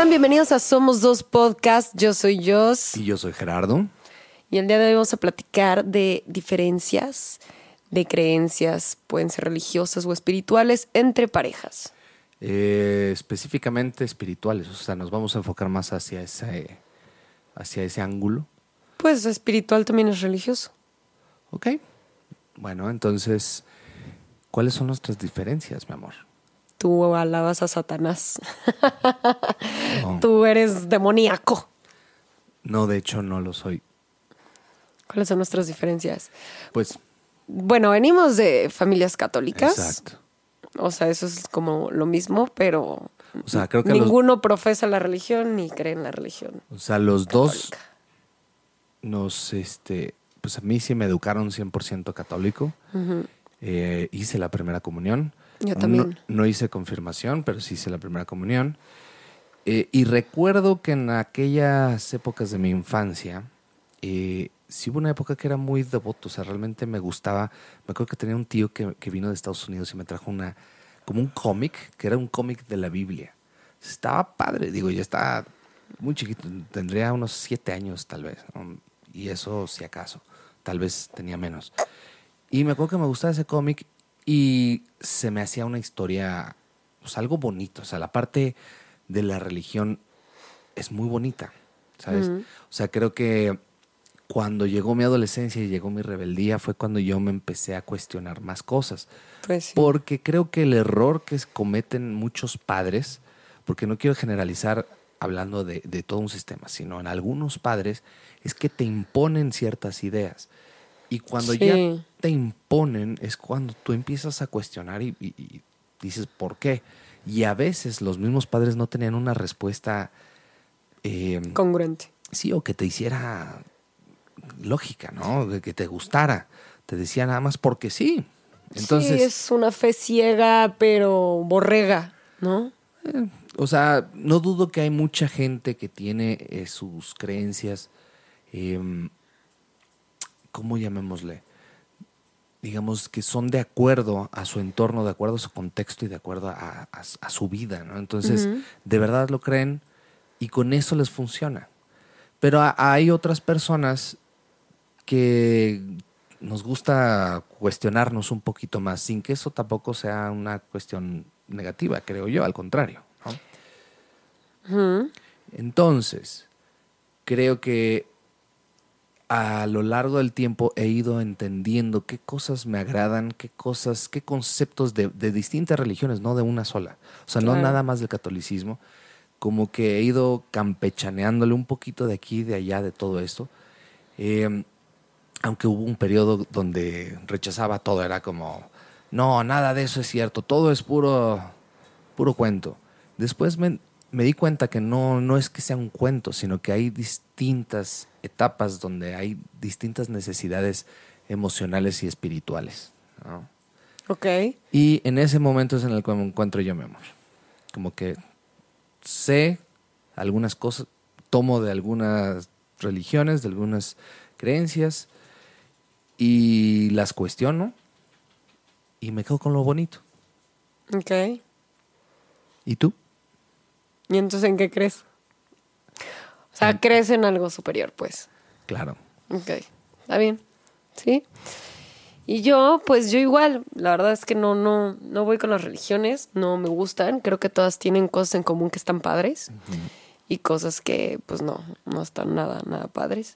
están? Bienvenidos a Somos Dos Podcast. Yo soy Jos. Y yo soy Gerardo. Y el día de hoy vamos a platicar de diferencias de creencias, pueden ser religiosas o espirituales, entre parejas. Específicamente espirituales, o sea, nos vamos a enfocar más hacia ese ángulo. Pues espiritual también es religioso. Ok. Bueno, entonces, ¿cuáles son nuestras diferencias, mi amor? Tú alabas a Satanás. No. Tú eres demoníaco. No, de hecho, no lo soy. ¿Cuáles son nuestras diferencias? Pues, Bueno, venimos de familias católicas. exacto. O sea, eso es como lo mismo, pero O sea, creo que ninguno profesa la religión ni cree en la religión. los dos católica. pues a mí sí me educaron 100% católico. Uh-huh. Hice la primera comunión. Yo también. No hice confirmación, pero sí hice la primera comunión. Y recuerdo que en aquellas épocas de mi infancia, sí hubo una época que era muy devoto, o sea, realmente me gustaba. Me acuerdo que tenía un tío que vino de Estados Unidos y me trajo como un cómic, que era un cómic de la Biblia. Estaba padre, digo, ya estaba muy chiquito, tendría unos 7 años tal vez, ¿no? Y eso si acaso, tal vez tenía menos. Y me acuerdo que me gustaba ese cómic y se me hacía una historia, pues algo bonito, o sea, la parte de la religión es muy bonita, ¿sabes? Uh-huh. O sea, creo que cuando llegó mi adolescencia y llegó mi rebeldía fue cuando yo me empecé a cuestionar más cosas. Pues sí. Porque creo que el error que cometen muchos padres, porque no quiero generalizar hablando de todo un sistema, sino en algunos padres, es que te imponen ciertas ideas. Y cuando ya te imponen es cuando tú empiezas a cuestionar y dices, ¿por qué? Y a veces los mismos padres no tenían una respuesta congruente. sí, o que te hiciera lógica, ¿no? Que te gustara. Te decía nada más porque sí. Entonces, sí, es una fe ciega, pero borrega, ¿no? O sea, no dudo que hay mucha gente que tiene sus creencias, ¿cómo llamémosle? Digamos que son de acuerdo a su entorno, de acuerdo a su contexto y de acuerdo a su vida, ¿no? Entonces, Uh-huh. de verdad lo creen y con eso les funciona. Pero hay otras personas que nos gusta cuestionarnos un poquito más, sin que eso tampoco sea una cuestión negativa, creo yo, al contrario, ¿no? Uh-huh. Entonces, creo que a lo largo del tiempo he ido entendiendo qué cosas me agradan, qué conceptos de distintas religiones, no de una sola. O sea, Claro. no nada más del catolicismo. Como que he ido campechaneándole un poquito de aquí, de allá, de todo esto. Aunque hubo un periodo donde rechazaba todo, era como, no, nada de eso es cierto, todo es puro cuento. Después me di cuenta que no es que sea un cuento, sino que hay distintas etapas donde hay distintas necesidades emocionales y espirituales, ¿no? Ok. Y en ese momento es en el que me encuentro yo, mi amor. Como que sé algunas cosas, tomo de algunas religiones, de algunas creencias y las cuestiono y me quedo con lo bonito. Ok. ¿Y tú? ¿Y entonces en qué crees? O sea, crees en algo superior, pues. Claro. Ok. Está bien. ¿Sí? Y yo, pues yo igual. La verdad es que no voy con las religiones. No me gustan. Creo que todas tienen cosas en común que están padres. Uh-huh. Y cosas que, pues no están nada padres.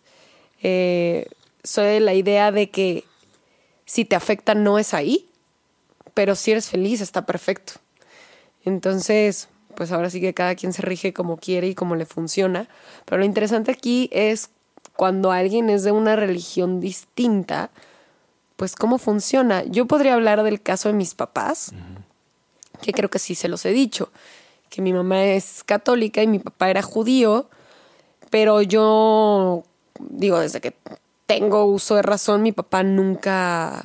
Soy de la idea de que si te afecta no es ahí, pero si eres feliz está perfecto. Entonces, pues ahora sí que cada quien se rige como quiere y como le funciona. Pero lo interesante aquí es cuando alguien es de una religión distinta, pues cómo funciona. Yo podría hablar del caso de mis papás, uh-huh, que creo que sí se los he dicho, que mi mamá es católica y mi papá era judío, pero yo, digo, desde que tengo uso de razón, mi papá nunca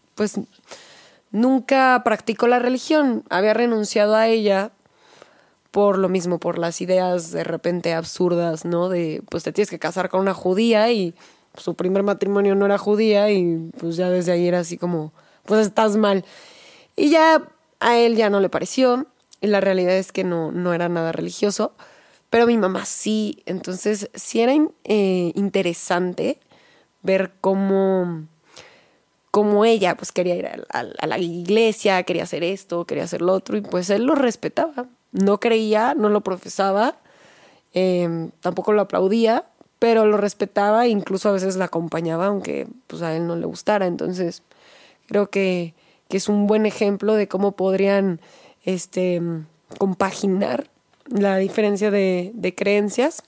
practicó la religión. Había renunciado a ella por lo mismo, por las ideas de repente absurdas, ¿no? De, pues te tienes que casar con una judía y su primer matrimonio no era judía y pues ya desde ahí era así como, pues estás mal. Y ya a él ya no le pareció y la realidad es que no era nada religioso. pero mi mamá sí. Entonces sí era interesante ver cómo ella pues quería ir a la iglesia, quería hacer esto, quería hacer lo otro, y pues él lo respetaba. No creía, no lo profesaba, tampoco lo aplaudía, pero lo respetaba e incluso a veces la acompañaba, aunque pues a él no le gustara. Entonces creo que es un buen ejemplo de cómo podrían compaginar la diferencia de creencias.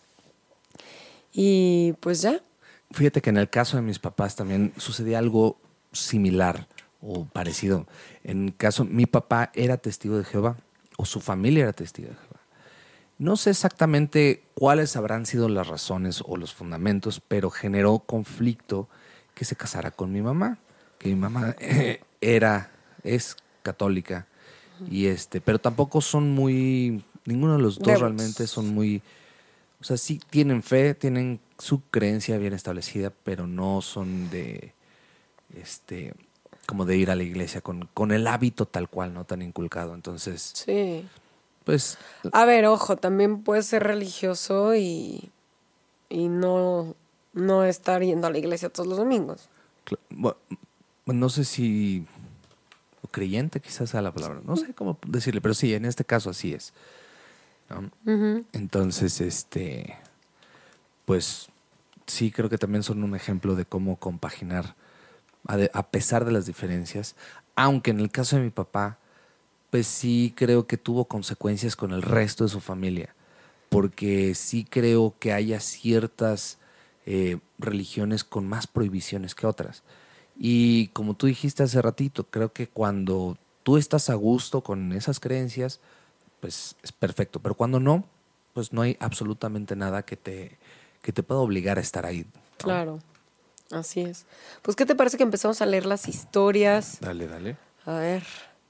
Y pues ya. Fíjate que en el caso de mis papás también sucedía algo similar o parecido. En el caso, mi papá era testigo de Jehová, o su familia era testigo de Jehová. No sé exactamente cuáles habrán sido las razones o los fundamentos, pero generó conflicto que se casara con mi mamá, que mi mamá es católica, y pero tampoco son muy, ninguno de los dos Devotos. realmente son muy, o sea, sí tienen fe, tienen su creencia bien establecida, pero no son de, como de ir a la iglesia con el hábito tal cual, no tan inculcado. Entonces, Sí. pues, A ver, ojo, también puedes ser religioso y no estar yendo a la iglesia todos los domingos. bueno, no sé si o creyente quizás sea la palabra, no sé cómo decirle, pero sí, en este caso así es, ¿no? Entonces, pues sí creo que también son un ejemplo de cómo compaginar a pesar de las diferencias, aunque en el caso de mi papá, pues sí creo que tuvo consecuencias con el resto de su familia, porque sí creo que haya ciertas religiones con más prohibiciones que otras. Y como tú dijiste hace ratito, creo que cuando tú estás a gusto con esas creencias, pues es perfecto. Pero cuando no, pues no hay absolutamente nada que te pueda obligar a estar ahí, ¿no? Claro, así es. Pues, ¿qué te parece que empezamos a leer las historias? Dale, dale. A ver.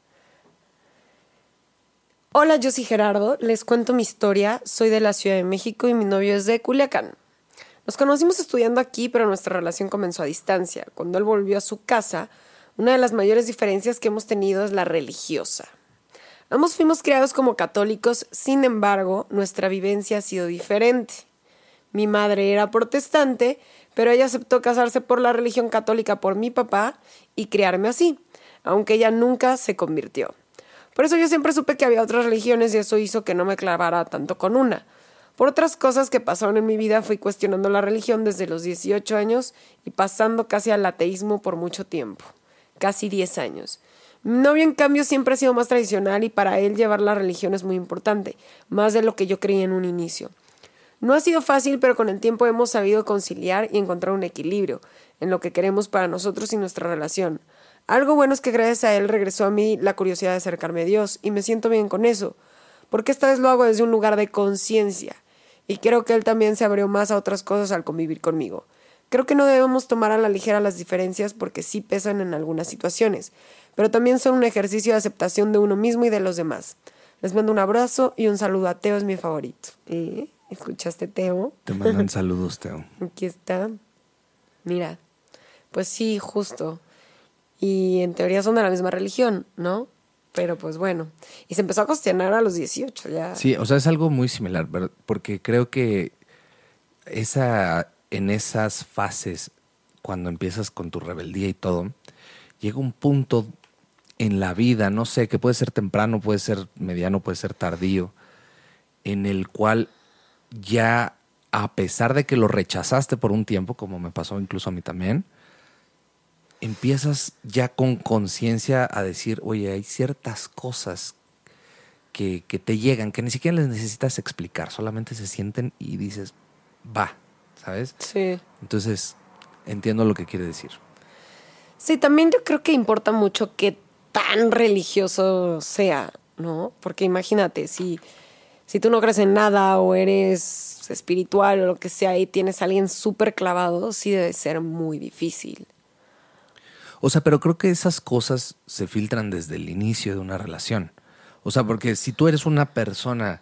Hola, yo soy Gerardo. Les cuento mi historia. Soy de la Ciudad de México y mi novio es de Culiacán. Nos conocimos estudiando aquí, pero nuestra relación comenzó a distancia. Cuando él volvió a su casa, una de las mayores diferencias que hemos tenido es la religiosa. Ambos fuimos criados como católicos, sin embargo, nuestra vivencia ha sido diferente. Mi madre era protestante, pero ella aceptó casarse por la religión católica por mi papá y criarme así, aunque ella nunca se convirtió. Por eso yo siempre supe que había otras religiones y eso hizo que no me clavara tanto con una. Por otras cosas que pasaron en mi vida fui cuestionando la religión desde los 18 años y pasando casi al ateísmo por mucho tiempo, casi 10 años. Mi novio, en cambio, siempre ha sido más tradicional y para él llevar la religión es muy importante, más de lo que yo creía en un inicio. No ha sido fácil, pero con el tiempo hemos sabido conciliar y encontrar un equilibrio en lo que queremos para nosotros y nuestra relación. Algo bueno es que gracias a él regresó a mí la curiosidad de acercarme a Dios y me siento bien con eso, porque esta vez lo hago desde un lugar de conciencia y creo que él también se abrió más a otras cosas al convivir conmigo. Creo que no debemos tomar a la ligera las diferencias porque sí pesan en algunas situaciones, pero también son un ejercicio de aceptación de uno mismo y de los demás. Les mando un abrazo y un saludo a Teo, es mi favorito. ¿Escuchaste, Teo? Te mandan saludos, Teo. Aquí está. Mira, pues sí, justo. Y en teoría son de la misma religión, ¿no? Pero pues bueno. Y se empezó a cuestionar a los 18 ya. Sí, o sea, es algo muy similar, ¿verdad? Porque creo que en esas fases, cuando empiezas con tu rebeldía y todo, llega un punto en la vida, no sé, que puede ser temprano, puede ser mediano, puede ser tardío, en el cual ya, a pesar de que lo rechazaste por un tiempo, como me pasó incluso a mí también, empiezas ya con conciencia a decir, oye, hay ciertas cosas que te llegan, que ni siquiera les necesitas explicar, solamente se sienten y dices, va, ¿sabes? Sí. Entonces, entiendo lo que quiere decir. Sí, también yo creo que importa mucho qué tan religioso sea, ¿no? Porque imagínate, si tú no crees en nada o eres espiritual o lo que sea y tienes a alguien súper clavado, sí debe ser muy difícil. O sea, pero creo que esas cosas se filtran desde el inicio de una relación. O sea, porque si tú eres una persona,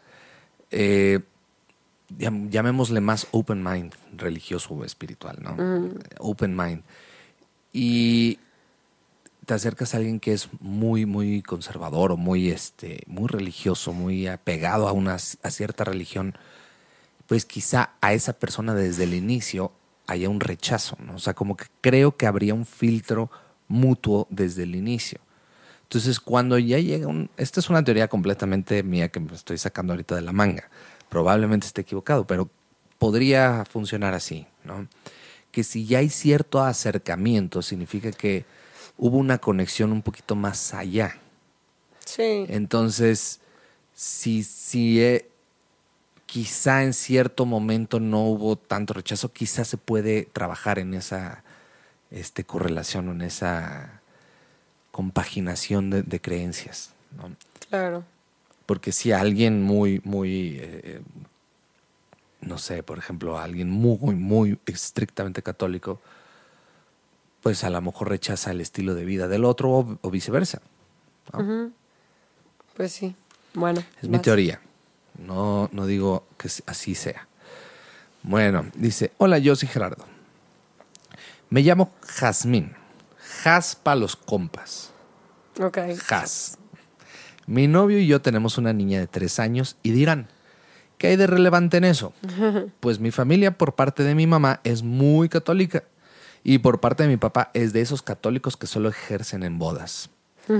llamémosle más open mind, religioso o espiritual, ¿no? Open mind. Y te acercas a alguien que es muy, muy conservador o muy religioso, muy apegado a cierta religión, pues quizá a esa persona desde el inicio haya un rechazo, ¿no? O sea, como que creo que habría un filtro mutuo desde el inicio. Entonces, cuando ya llega esta es una teoría completamente mía que me estoy sacando ahorita de la manga. Probablemente esté equivocado, pero podría funcionar así, ¿no? Que si ya hay cierto acercamiento, significa que hubo una conexión un poquito más allá. Sí. Entonces, si quizá en cierto momento no hubo tanto rechazo, quizá se puede trabajar en esa correlación, en esa compaginación de creencias, ¿no? Claro. Porque si alguien muy, no sé, por ejemplo, alguien muy estrictamente católico, pues a lo mejor rechaza el estilo de vida del otro o viceversa, ¿no? Uh-huh. Pues sí. Bueno. Es mi teoría. No digo que así sea. Bueno, dice, hola, yo soy Gerardo. Me llamo Jazmín. Jaz pa' los compas. Ok. Jaz. Mi novio y yo tenemos una niña de 3 años y dirán, ¿qué hay de relevante en eso? Pues mi familia por parte de mi mamá es muy católica y por parte de mi papá es de esos católicos que solo ejercen en bodas.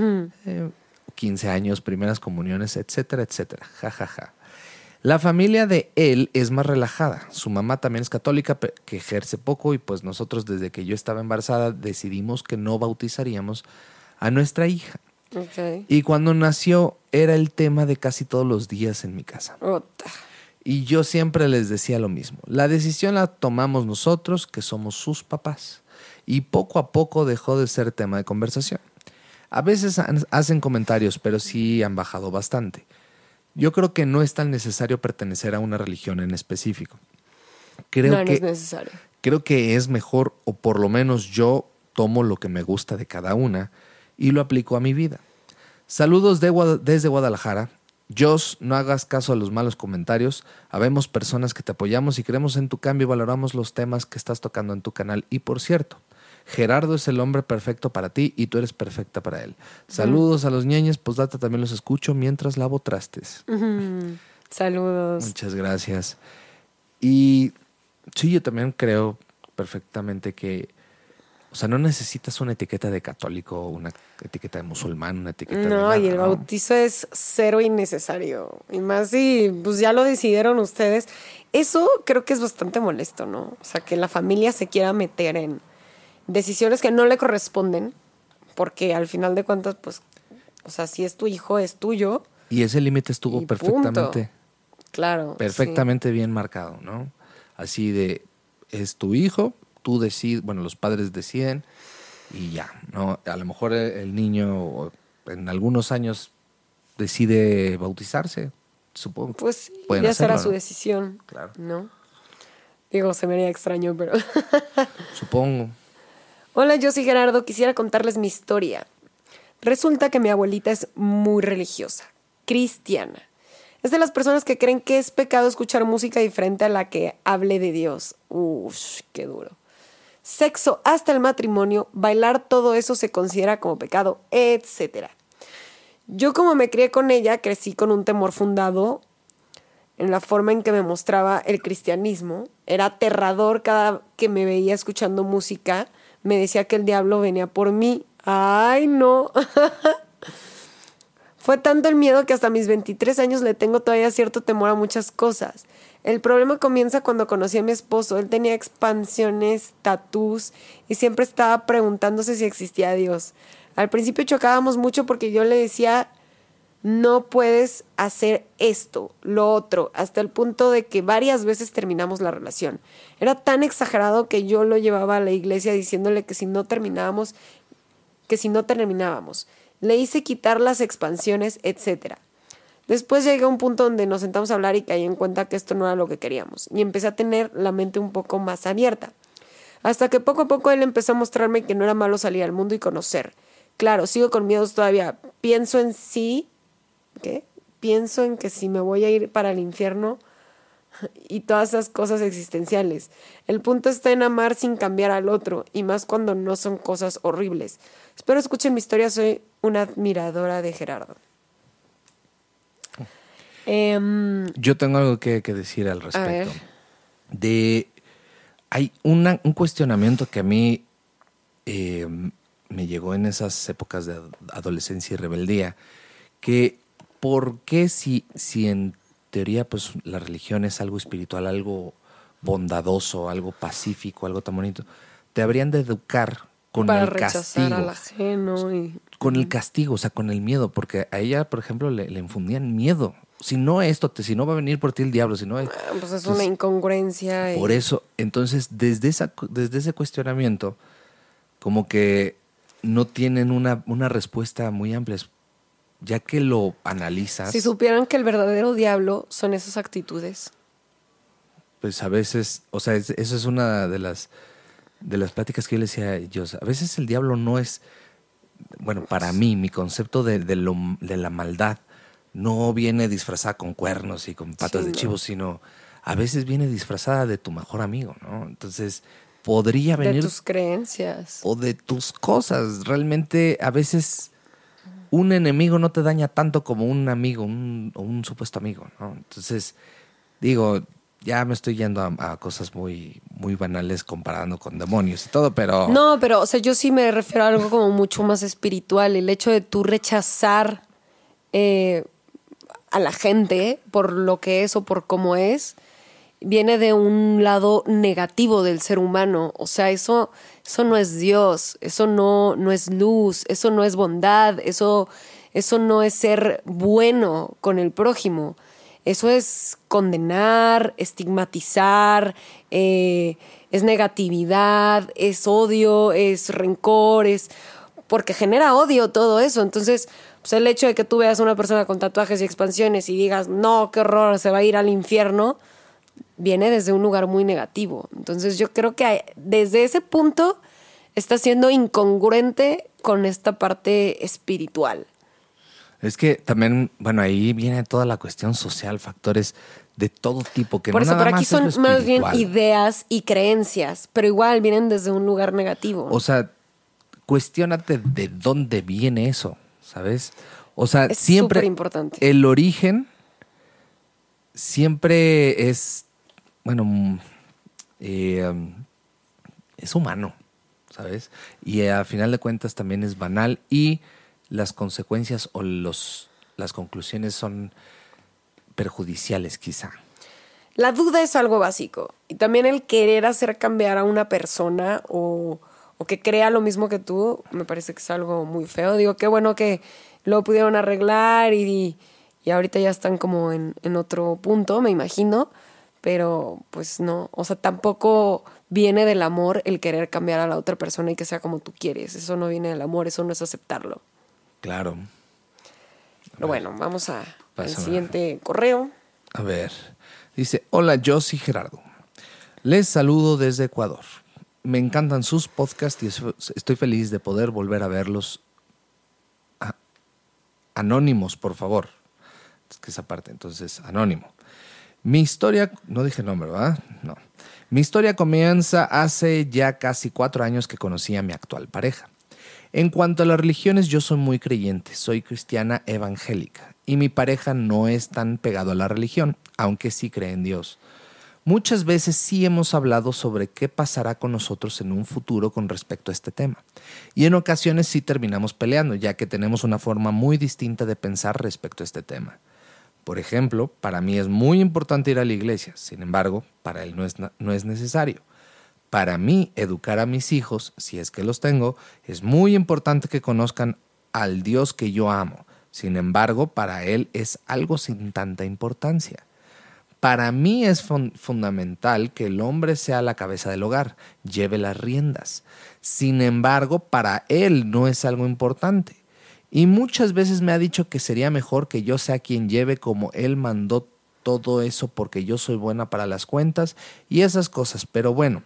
15 años, primeras comuniones, etcétera, etcétera. Ja, ja, ja. La familia de él es más relajada. Su mamá también es católica, que ejerce poco, y pues nosotros desde que yo estaba embarazada decidimos que no bautizaríamos a nuestra hija. Okay. Y cuando nació era el tema de casi todos los días en mi casa. Ota. Y yo siempre les decía lo mismo. La decisión la tomamos nosotros, que somos sus papás. Y poco a poco dejó de ser tema de conversación. A veces hacen comentarios, pero sí han bajado bastante. Yo creo que no es tan necesario pertenecer a una religión en específico. No es necesario. Creo que es mejor, o por lo menos yo tomo lo que me gusta de cada una y lo aplico a mi vida. Saludos desde Guadalajara. Jos, no hagas caso a los malos comentarios. Habemos personas que te apoyamos y creemos en tu cambio y valoramos los temas que estás tocando en tu canal. Y por cierto, Gerardo es el hombre perfecto para ti y tú eres perfecta para él. Saludos a los ñeñes, postdata también los escucho mientras lavo trastes. Saludos. Muchas gracias. Y sí, yo también creo perfectamente que, o sea, no necesitas una etiqueta de católico, una etiqueta de musulmán, una etiqueta de nada, y el bautizo es cero innecesario. Y más si pues ya lo decidieron ustedes. Eso creo que es bastante molesto, ¿no? O sea, que la familia se quiera meter en decisiones que no le corresponden, porque al final de cuentas, pues, o sea, si es tu hijo, es tuyo. Y ese límite estuvo perfectamente, claro, perfectamente bien marcado, ¿no? Así de, es tu hijo, tú decides, bueno, los padres deciden y ya, ¿no? A lo mejor el niño en algunos años decide bautizarse, supongo. Pues sí, pueden ya hacerlo, será su ¿no? decisión, Claro. ¿no? Digo, se me haría extraño, pero... Supongo. Hola, yo soy Gerardo. Quisiera contarles mi historia. Resulta que mi abuelita es muy religiosa, cristiana. Es de las personas que creen que es pecado escuchar música diferente a la que hable de Dios. Uff, qué duro. Sexo hasta el matrimonio, bailar, todo eso se considera como pecado, etc. Yo, como me crié con ella, crecí con un temor fundado en la forma en que me mostraba el cristianismo. Era aterrador cada que me veía escuchando música. Me decía que el diablo venía por mí. ¡Ay, no! Fue tanto el miedo que hasta mis 23 años le tengo todavía cierto temor a muchas cosas. El problema comienza cuando conocí a mi esposo. Él tenía expansiones, tatús y siempre estaba preguntándose si existía Dios. Al principio chocábamos mucho porque yo le decía, no puedes hacer esto, lo otro, hasta el punto de que varias veces terminamos la relación. Era tan exagerado que yo lo llevaba a la iglesia diciéndole que si no terminábamos. Le hice quitar las expansiones, etc. Después llegué a un punto donde nos sentamos a hablar y caí en cuenta que esto no era lo que queríamos. Y empecé a tener la mente un poco más abierta. Hasta que poco a poco él empezó a mostrarme que no era malo salir al mundo y conocer. Claro, sigo con miedos todavía. Pienso en que si me voy a ir para el infierno y todas esas cosas existenciales. El punto está en amar sin cambiar al otro, y más cuando no son cosas horribles. Espero escuchen mi historia, soy una admiradora de Gerardo. Yo tengo algo que decir al respecto. Hay un cuestionamiento que a mí me llegó en esas épocas de adolescencia y rebeldía, que ¿por qué si en teoría pues la religión es algo espiritual, algo bondadoso, algo pacífico, algo tan bonito, te habrían de educar con para el rechazar castigo? al ajeno y... Con el castigo, o sea, con el miedo, porque a ella, por ejemplo, le infundían miedo. Si no si no va a venir por ti el diablo, si no es... Pues es una incongruencia. Por eso, entonces, desde ese cuestionamiento, como que no tienen una respuesta muy amplia, ya que lo analizas. Si supieran que el verdadero diablo son esas actitudes. Pues a veces, o sea, eso es una de las pláticas que yo le decía a ellos. A veces el diablo no es, bueno, para mí, mi concepto de la maldad no viene disfrazada con cuernos y con patas de chivo, sino a veces viene disfrazada de tu mejor amigo, ¿no? Entonces, podría venir... De tus creencias. O de tus cosas. Realmente, a veces, un enemigo no te daña tanto como un amigo, un supuesto amigo, ¿no? Entonces, digo, ya me estoy yendo a cosas muy, muy banales comparando con demonios y todo, pero... No, pero, o sea, yo sí me refiero a algo como mucho más espiritual. El hecho de tú rechazar a la gente por lo que es o por cómo es, viene de un lado negativo del ser humano. O sea, eso no es Dios, eso no es luz, eso no es bondad, eso no es ser bueno con el prójimo. Eso es condenar, estigmatizar, es negatividad, es odio, es rencor, porque genera odio todo eso. Entonces, pues el hecho de que tú veas a una persona con tatuajes y expansiones y digas, no, qué horror, se va a ir al infierno, viene desde un lugar muy negativo. Entonces yo creo que desde ese punto está siendo incongruente con esta parte espiritual. Es que también, bueno, ahí viene toda la cuestión social, factores de todo tipo, que por no eso, nada pero aquí más es lo son más bien espiritual. ideas y creencias, pero igual vienen desde un lugar negativo. O sea, cuestiónate de dónde viene eso, ¿sabes? O sea, es siempre súper importante. el origen siempre es, bueno, es humano, ¿sabes? Y a final de cuentas también es banal y las consecuencias o las conclusiones son perjudiciales quizá. La duda es algo básico y también el querer hacer cambiar a una persona o que crea lo mismo que tú, me parece que es algo muy feo. Digo, qué bueno que lo pudieron arreglar y ahorita ya están como en otro punto, me imagino, pero pues no, o sea, tampoco viene del amor el querer cambiar a la otra persona y que sea como tú quieres. Eso no viene del amor, eso no es aceptarlo. Claro. Pero bueno, vamos al siguiente correo. A ver, dice, hola, Josie Gerardo. Les saludo desde Ecuador. Me encantan sus podcasts y estoy feliz de poder volver a verlos. Anónimos, por favor. Es que esa parte, entonces, anónimo. Mi historia, no dije nombre, ¿verdad? No. Mi historia comienza hace ya casi 4 años que conocí a mi actual pareja. En cuanto a las religiones, yo soy muy creyente, soy cristiana evangélica y mi pareja no es tan pegado a la religión, aunque sí cree en Dios. Muchas veces sí hemos hablado sobre qué pasará con nosotros en un futuro con respecto a este tema. Y en ocasiones sí terminamos peleando, ya que tenemos una forma muy distinta de pensar respecto a este tema. Por ejemplo, para mí es muy importante ir a la iglesia, sin embargo, para él no es necesario. Para mí, educar a mis hijos, si es que los tengo, es muy importante que conozcan al Dios que yo amo. Sin embargo, para él es algo sin tanta importancia. Para mí es fundamental que el hombre sea la cabeza del hogar, lleve las riendas. Sin embargo, para él no es algo importante. Y muchas veces me ha dicho que sería mejor que yo sea quien lleve como él mandó todo eso porque yo soy buena para las cuentas y esas cosas. Pero bueno,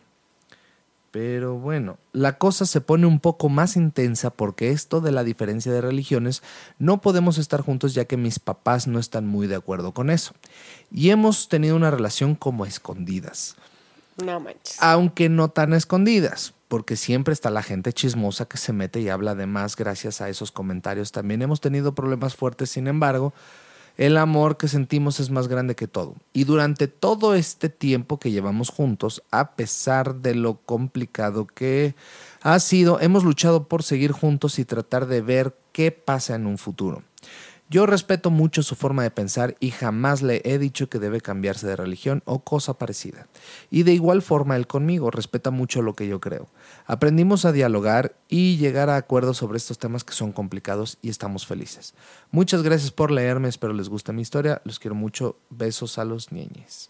la cosa se pone un poco más intensa porque esto de la diferencia de religiones no podemos estar juntos ya que mis papás no están muy de acuerdo con eso. Y hemos tenido una relación como escondidas. No manches. Aunque no tan escondidas, porque siempre está la gente chismosa que se mete y habla de más gracias a esos comentarios. También hemos tenido problemas fuertes, sin embargo, El amor que sentimos es más grande que todo. Y durante todo este tiempo que llevamos juntos, a pesar de lo complicado que ha sido, hemos luchado por seguir juntos y tratar de ver qué pasa en un futuro. Yo respeto mucho su forma de pensar y jamás le he dicho que debe cambiarse de religión o cosa parecida. Y de igual forma él conmigo respeta mucho lo que yo creo. Aprendimos a dialogar y llegar a acuerdos sobre estos temas que son complicados y estamos felices. Muchas gracias por leerme, espero les guste mi historia. Los quiero mucho. Besos a los ñeñes.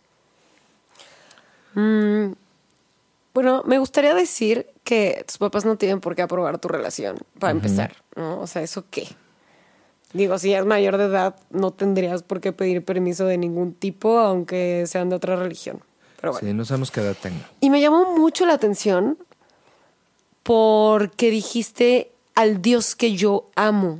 Bueno, me gustaría decir que tus papás no tienen por qué aprobar tu relación, para empezar, ¿no? O sea, ¿eso qué? Digo, si es mayor de edad, no tendrías por qué pedir permiso de ningún tipo, aunque sean de otra religión. Pero bueno. Sí, no sabemos qué edad tenga. Y me llamó mucho la atención porque dijiste al Dios que yo amo.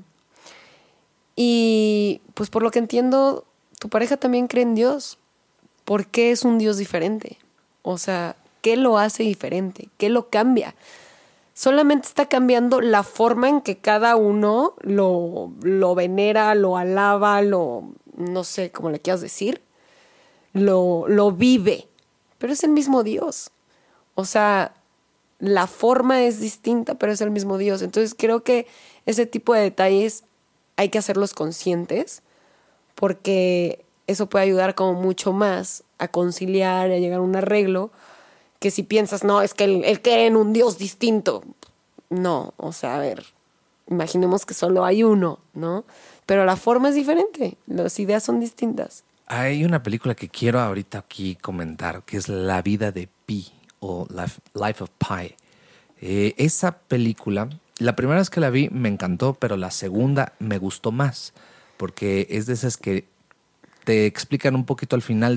Y pues por lo que entiendo, tu pareja también cree en Dios. ¿Por qué es un Dios diferente? O sea, ¿qué lo hace diferente? ¿Qué lo cambia? Solamente está cambiando la forma en que cada uno lo venera, lo alaba, no sé cómo le quieras decir, lo vive. Pero es el mismo Dios. O sea, la forma es distinta, pero es el mismo Dios. Entonces creo que ese tipo de detalles hay que hacerlos conscientes, porque eso puede ayudar como mucho más a conciliar y a llegar a un arreglo, que si piensas, no, es que él cree en un Dios distinto. No, o sea, a ver, imaginemos que solo hay uno, ¿no? Pero la forma es diferente, las ideas son distintas. Hay una película que quiero ahorita aquí comentar, que es La vida de Pi o Life of Pi. Esa película, la primera vez que la vi me encantó, pero la segunda me gustó más, porque es de esas que te explican un poquito al final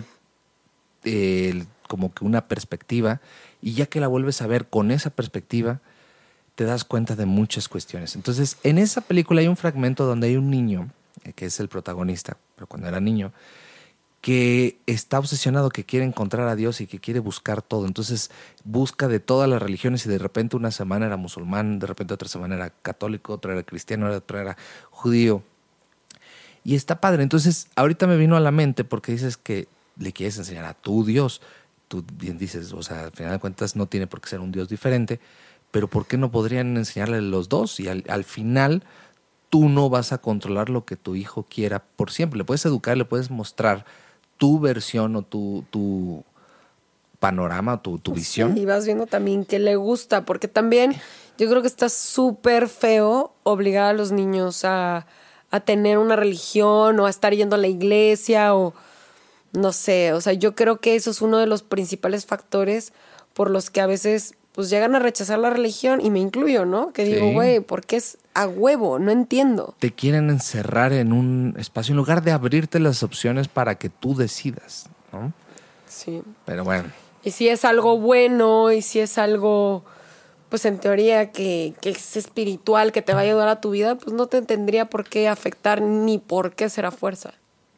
como que una perspectiva, y ya que la vuelves a ver con esa perspectiva, te das cuenta de muchas cuestiones. Entonces, en esa película hay un fragmento donde hay un niño, que es el protagonista, pero cuando era niño, que está obsesionado, que quiere encontrar a Dios y que quiere buscar todo. Entonces busca de todas las religiones y de repente una semana era musulmán, de repente otra semana era católico, otra era cristiano, otra era judío. Y está padre. Entonces ahorita me vino a la mente porque dices que le quieres enseñar a tu Dios. Tú bien dices, o sea, al final de cuentas no tiene por qué ser un Dios diferente, pero ¿por qué no podrían enseñarle los dos? Y al final tú no vas a controlar lo que tu hijo quiera por siempre. Le puedes educar, le puedes mostrar tu versión o tu panorama, tu visión. Sí, y vas viendo también qué le gusta, porque también yo creo que está súper feo obligar a los niños a tener una religión o a estar yendo a la iglesia o no sé, o sea, yo creo que eso es uno de los principales factores por los que a veces pues llegan a rechazar la religión, y me incluyo, ¿no? Que digo, güey, ¿por qué es a huevo? No entiendo. Te quieren encerrar en un espacio en lugar de abrirte las opciones para que tú decidas, ¿no? Sí. Pero bueno. Y si es algo bueno, y si es algo, pues en teoría que es espiritual, que te va a ayudar a tu vida, pues no te tendría por qué afectar ni por qué ser a fuerza.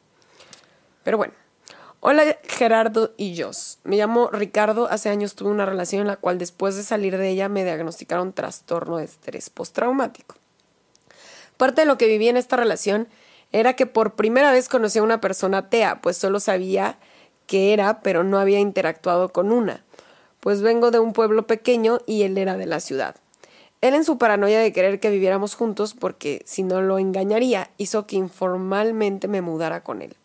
Pero bueno. Hola Gerardo y Jos. Me llamo Ricardo. Hace años tuve una relación en la cual después de salir de ella me diagnosticaron trastorno de estrés postraumático. Parte de lo que viví en esta relación era que por primera vez conocí a una persona atea, pues solo sabía que era, pero no había interactuado con una. Pues vengo de un pueblo pequeño y él era de la ciudad. Él, en su paranoia de querer que viviéramos juntos porque si no lo engañaría, hizo que informalmente me mudara con él.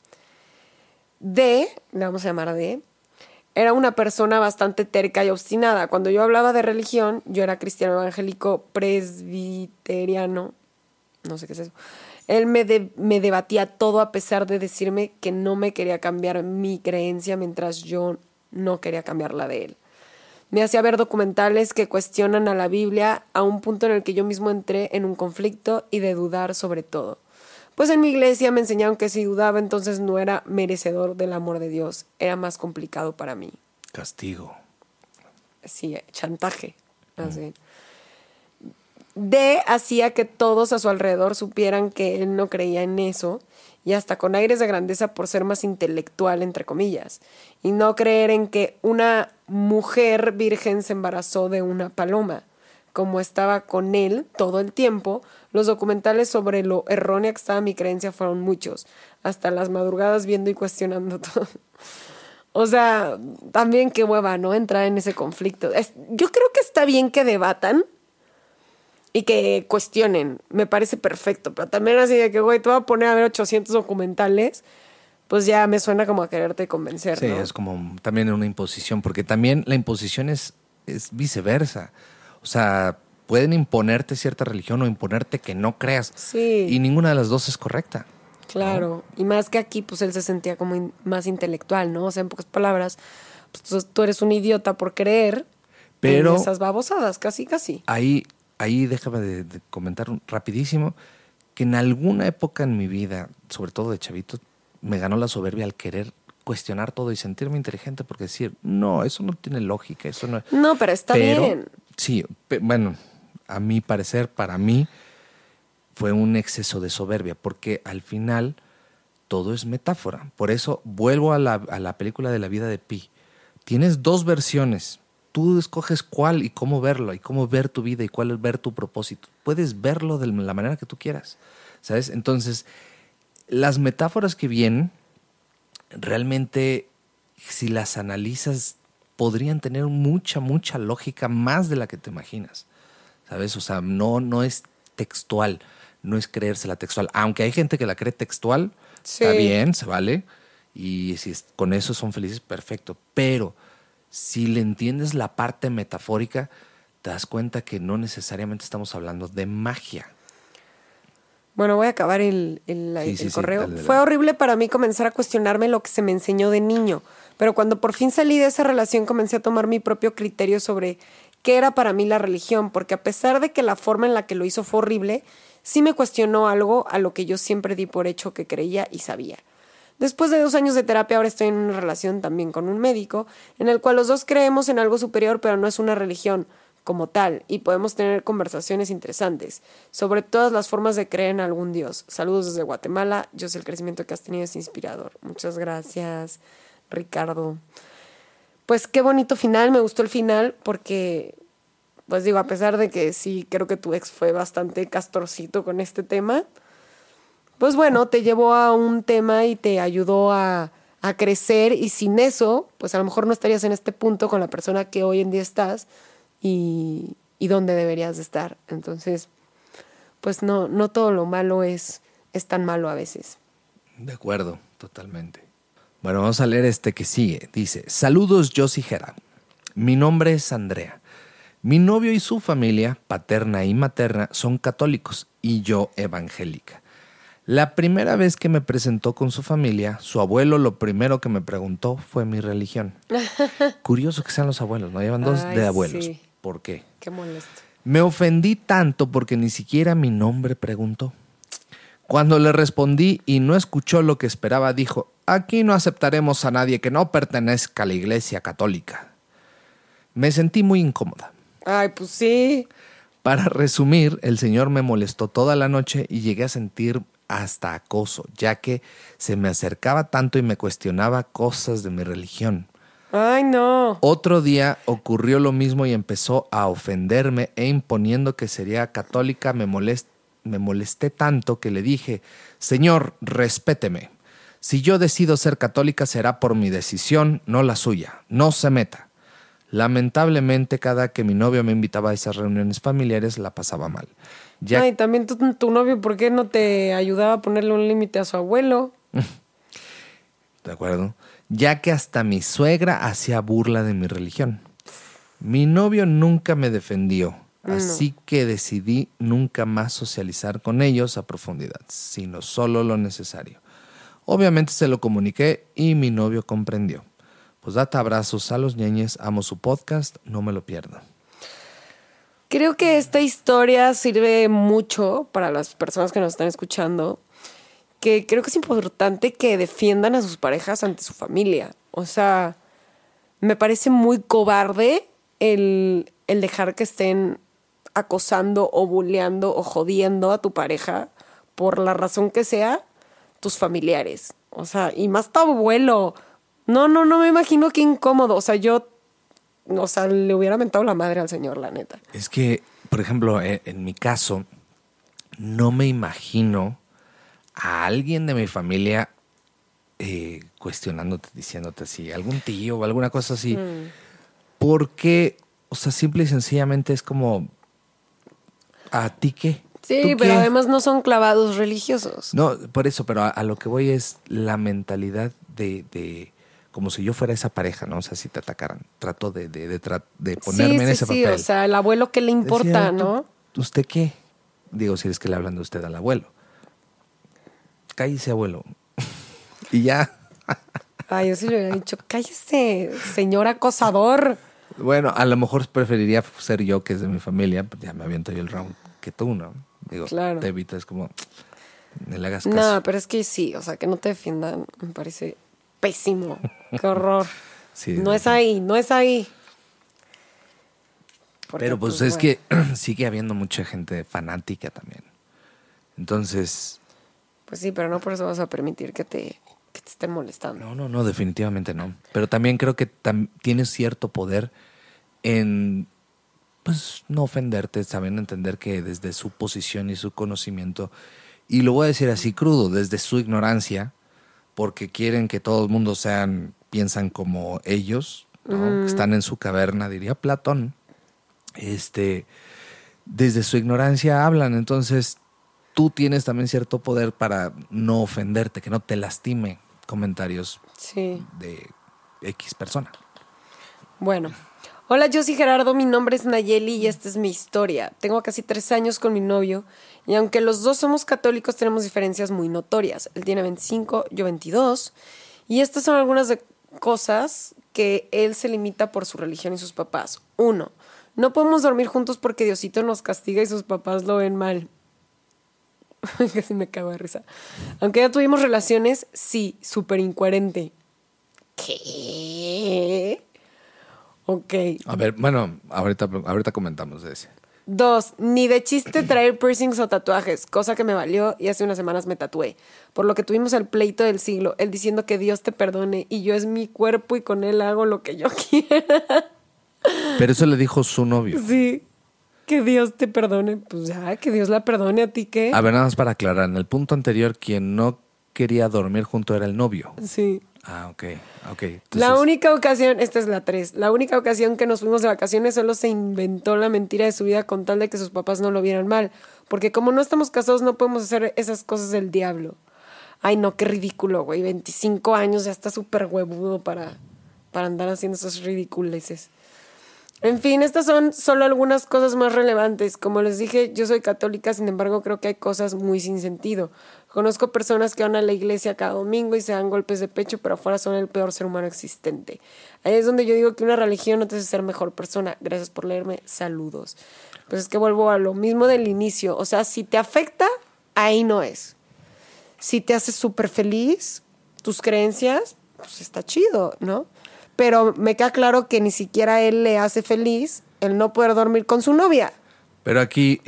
D, le vamos a llamar D, era una persona bastante terca y obstinada. Cuando yo hablaba de religión, yo era cristiano evangélico presbiteriano, no sé qué es eso. Él me debatía todo a pesar de decirme que no me quería cambiar mi creencia mientras yo no quería cambiar la de él. Me hacía ver documentales que cuestionan a la Biblia a un punto en el que yo mismo entré en un conflicto y de dudar sobre todo. Pues en mi iglesia me enseñaron que si dudaba entonces no era merecedor del amor de Dios. Era más complicado para mí. Castigo. Sí, chantaje. Así. D hacía que todos a su alrededor supieran que él no creía en eso, y hasta con aires de grandeza por ser más intelectual, entre comillas, y no creer en que una mujer virgen se embarazó de una paloma, como estaba con él todo el tiempo, los documentales sobre lo errónea que estaba mi creencia fueron muchos. Hasta las madrugadas viendo y cuestionando todo. O sea, también qué hueva, ¿no? Entrar en ese conflicto. Yo creo que está bien que debatan y que cuestionen. Me parece perfecto. Pero también así de que, güey, te voy a poner a ver 800 documentales, pues ya me suena como a quererte convencer, Sí, ¿no? es como también una imposición, porque también la imposición es viceversa. O sea, pueden imponerte cierta religión o imponerte que no creas. Sí. Y ninguna de las dos es correcta. Claro, y más que aquí, pues él se sentía como más intelectual, ¿no? O sea, en pocas palabras, pues tú eres un idiota por creer Pero en esas babosadas, casi. ahí déjame de comentar rapidísimo que en alguna época en mi vida, sobre todo de chavito, me ganó la soberbia al querer cuestionar todo y sentirme inteligente porque decir, no, eso no tiene lógica, eso no... No, pero está bien. Sí, bueno, a mi parecer, para mí, fue un exceso de soberbia, porque al final todo es metáfora. Por eso vuelvo a la película de la vida de Pi. Tienes dos versiones. Tú escoges cuál y cómo verlo, y cómo ver tu vida y cuál es ver tu propósito. Puedes verlo de la manera que tú quieras, ¿sabes? Entonces, las metáforas que vienen, realmente, si las analizas, podrían tener mucha lógica, más de la que te imaginas, ¿sabes? O sea, no es textual, no es creérsela textual. Aunque hay gente que la cree textual, Sí. está bien, se vale. Y si con eso son felices, perfecto. Pero si le entiendes la parte metafórica, te das cuenta que no necesariamente estamos hablando de magia. Bueno, voy a acabar el correo. Dale. Fue horrible para mí comenzar a cuestionarme lo que se me enseñó de niño, pero cuando por fin salí de esa relación comencé a tomar mi propio criterio sobre qué era para mí la religión, porque a pesar de que la forma en la que lo hizo fue horrible, sí me cuestionó algo a lo que yo siempre di por hecho que creía y sabía. Después de 2 años de terapia, ahora estoy en una relación también con un médico, en el cual los dos creemos en algo superior, pero no es una religión como tal, y podemos tener conversaciones interesantes sobre todas las formas de creer en algún Dios. Saludos desde Guatemala. Yo sé el crecimiento que has tenido es inspirador. Muchas gracias, Ricardo. Pues qué bonito final, me gustó el final porque, pues digo, a pesar de que sí creo que tu ex fue bastante castorcito con este tema, pues bueno, te llevó a un tema y te ayudó a crecer, y sin eso, pues a lo mejor no estarías en este punto con la persona que hoy en día estás y donde deberías de estar. Entonces, pues no todo lo malo es tan malo a veces. De acuerdo, totalmente. Bueno, vamos a leer este que sigue. Dice, saludos Josie Jera. Mi nombre es Andrea. Mi novio y su familia, paterna y materna, son católicos y yo evangélica. La primera vez que me presentó con su familia, su abuelo lo primero que me preguntó fue mi religión. Curioso que sean los abuelos, ¿no? Llevan dos de abuelos. Sí. ¿Por qué? Qué molesto. Me ofendí tanto porque ni siquiera mi nombre preguntó. Cuando le respondí y no escuchó lo que esperaba, dijo, aquí no aceptaremos a nadie que no pertenezca a la Iglesia Católica. Me sentí muy incómoda. Ay, pues sí. Para resumir, el señor me molestó toda la noche y llegué a sentir hasta acoso, ya que se me acercaba tanto y me cuestionaba cosas de mi religión. Ay, no. Otro día ocurrió lo mismo y empezó a ofenderme e imponiendo que sería católica. Me molesté tanto que le dije, señor, respéteme. Si yo decido ser católica será por mi decisión, no la suya. No se meta. Lamentablemente, cada que mi novio me invitaba a esas reuniones familiares, la pasaba mal. Ay, también tu novio, ¿por qué no te ayudaba a ponerle un límite a su abuelo? ¿De acuerdo? Ya que hasta mi suegra hacía burla de mi religión. Mi novio nunca me defendió, así que decidí nunca más socializar con ellos a profundidad, sino solo lo necesario. Obviamente se lo comuniqué y mi novio comprendió. Pues date abrazos a los ñeñes, amo su podcast, no me lo pierdo. Creo que esta historia sirve mucho para las personas que nos están escuchando, que creo que es importante que defiendan a sus parejas ante su familia. O sea, me parece muy cobarde el dejar que estén acosando o bulleando o jodiendo a tu pareja por la razón que sea, tus familiares. O sea, y más tu abuelo. No me imagino qué incómodo. O sea, le hubiera mentado la madre al señor, la neta. Es que por ejemplo, en mi caso, no me imagino a alguien de mi familia cuestionándote, diciéndote así, algún tío o alguna cosa así, porque, o sea, simple y sencillamente es como, ¿a ti qué? Sí, ¿Tú pero qué? además no son clavados religiosos. No, por eso, pero a lo que voy es la mentalidad de como si yo fuera esa pareja, ¿no? O sea, si te atacaran. Trato de ponerme Sí, en sí, ese sí. papel. O sea, el abuelo que le importa, Decía, ¿no? ¿usted qué? Digo, si es que le hablan de usted al abuelo. Cállese, abuelo. Y ya. Ay, yo sí le hubiera dicho, cállese, señor acosador. Bueno, a lo mejor preferiría ser yo, que es de mi familia, pues ya me aviento yo el round que tú, ¿no? Digo, Claro. te evitas como, no le hagas caso. No, pero es que sí, o sea, que no te defiendan me parece pésimo. Qué horror. Sí, No es ahí, no es ahí. Porque, pero pues es que sigue habiendo mucha gente fanática también. Entonces, Pues sí, pero no por eso vas a permitir que te estén molestando. no, definitivamente no. Pero también creo que tienes cierto poder en, pues, no ofenderte, saben entender que desde su posición y su conocimiento, y lo voy a decir así crudo, desde su ignorancia, porque quieren que todo el mundo piensan como ellos, ¿no? Que están en su caverna, diría Platón. Desde su ignorancia hablan, entonces tú tienes también cierto poder para no ofenderte, que no te lastime comentarios Sí. de X persona. Bueno. Hola, yo soy Gerardo, mi nombre es Nayeli y esta es mi historia. Tengo casi 3 años con mi novio y aunque los dos somos católicos tenemos diferencias muy notorias. Él tiene 25, yo 22 y estas son algunas de cosas que él se limita por su religión y sus papás. 1. No podemos dormir juntos porque Diosito nos castiga y sus papás lo ven mal. Casi me cago de risa. Aunque ya tuvimos relaciones, sí, súper incoherente. ¿Qué? Ok. A ver, bueno, ahorita comentamos de ese. 2. Ni de chiste traer piercings o tatuajes, cosa que me valió y hace unas semanas me tatué. Por lo que tuvimos el pleito del siglo, él diciendo que Dios te perdone y yo es mi cuerpo y con él hago lo que yo quiera. Pero eso le dijo su novio. Sí, que Dios te perdone. Pues ya, que Dios la perdone a ti, ¿qué? A ver, nada más para aclarar, en el punto anterior, quien no quería dormir junto era el novio. Sí. Ah, ok. Entonces, La única ocasión, esta es la 3, la única ocasión que nos fuimos de vacaciones solo se inventó la mentira de su vida con tal de que sus papás no lo vieran mal. Porque como no estamos casados no podemos hacer esas cosas del diablo. Ay, no, qué ridículo, güey. 25 años ya está súper huevudo para andar haciendo esos ridiculeces. En fin, estas son solo algunas cosas más relevantes. Como les dije, yo soy católica, sin embargo, creo que hay cosas muy sin sentido. Conozco personas que van a la iglesia cada domingo y se dan golpes de pecho, pero afuera son el peor ser humano existente. Ahí es donde yo digo que una religión no te hace ser mejor persona. Gracias por leerme. Saludos. Pues es que vuelvo a lo mismo del inicio. O sea, si te afecta, ahí no es. Si te hace súper feliz, tus creencias, pues está chido, ¿no? Pero me queda claro que ni siquiera a él le hace feliz el no poder dormir con su novia. pero aquí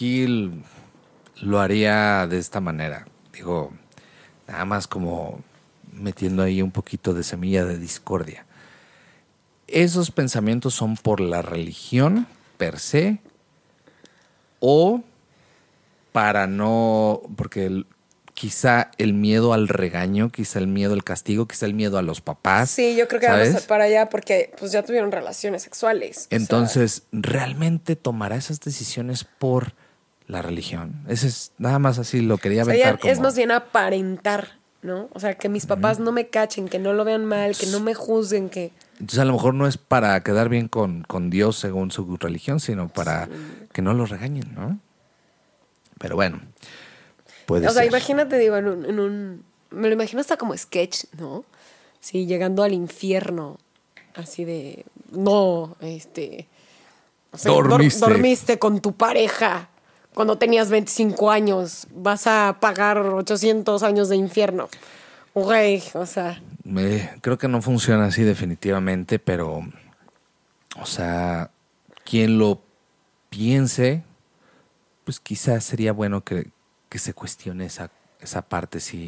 lo haría de esta manera. Digo, nada más como metiendo ahí un poquito de semilla de discordia. ¿Esos pensamientos son por la religión per se o para no, porque quizá el miedo al regaño, quizá el miedo al castigo, quizá el miedo a los papás? Sí, yo creo que ¿sabes? vamos para allá porque pues ya tuvieron relaciones sexuales. Entonces, ¿realmente tomará esas decisiones por la religión? Ese es nada más así, lo quería O sea, aventar ya como... es más bien aparentar, ¿no? O sea, que mis papás no me cachen, que no lo vean mal, que no me juzguen, que... Entonces a lo mejor no es para quedar bien con Dios según su religión, sino para que no lo regañen, ¿no? Pero bueno, puede O sea, ser. imagínate, digo, en un... Me lo imagino hasta como sketch, ¿no? Sí, llegando al infierno, así de... No, o sea, dormiste con tu pareja cuando tenías 25 años. Vas a pagar 800 años de infierno. Güey, o sea... Creo que no funciona así definitivamente, pero, o sea, quien lo piense, pues quizás sería bueno que se cuestione esa parte, si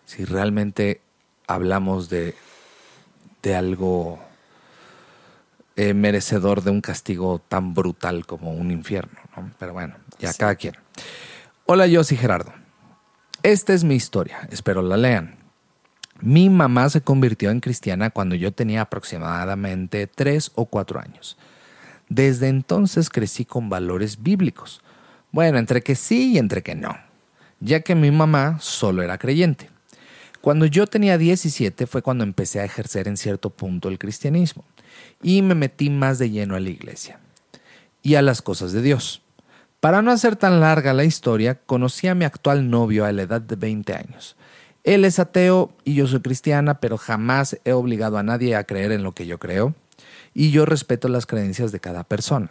realmente hablamos de algo merecedor de un castigo tan brutal como un infierno, ¿no? Pero bueno, ya sí. Cada quien. Hola, yo soy Gerardo. Esta es mi historia, espero la lean. Mi mamá se convirtió en cristiana cuando yo tenía aproximadamente 3 o 4 años. Desde entonces crecí con valores bíblicos. Bueno, entre que sí y entre que no, ya que mi mamá solo era creyente. Cuando yo tenía 17 fue cuando empecé a ejercer en cierto punto el cristianismo y me metí más de lleno a la iglesia y a las cosas de Dios. Para no hacer tan larga la historia, conocí a mi actual novio a la edad de 20 años. Él es ateo y yo soy cristiana, pero jamás he obligado a nadie a creer en lo que yo creo y yo respeto las creencias de cada persona.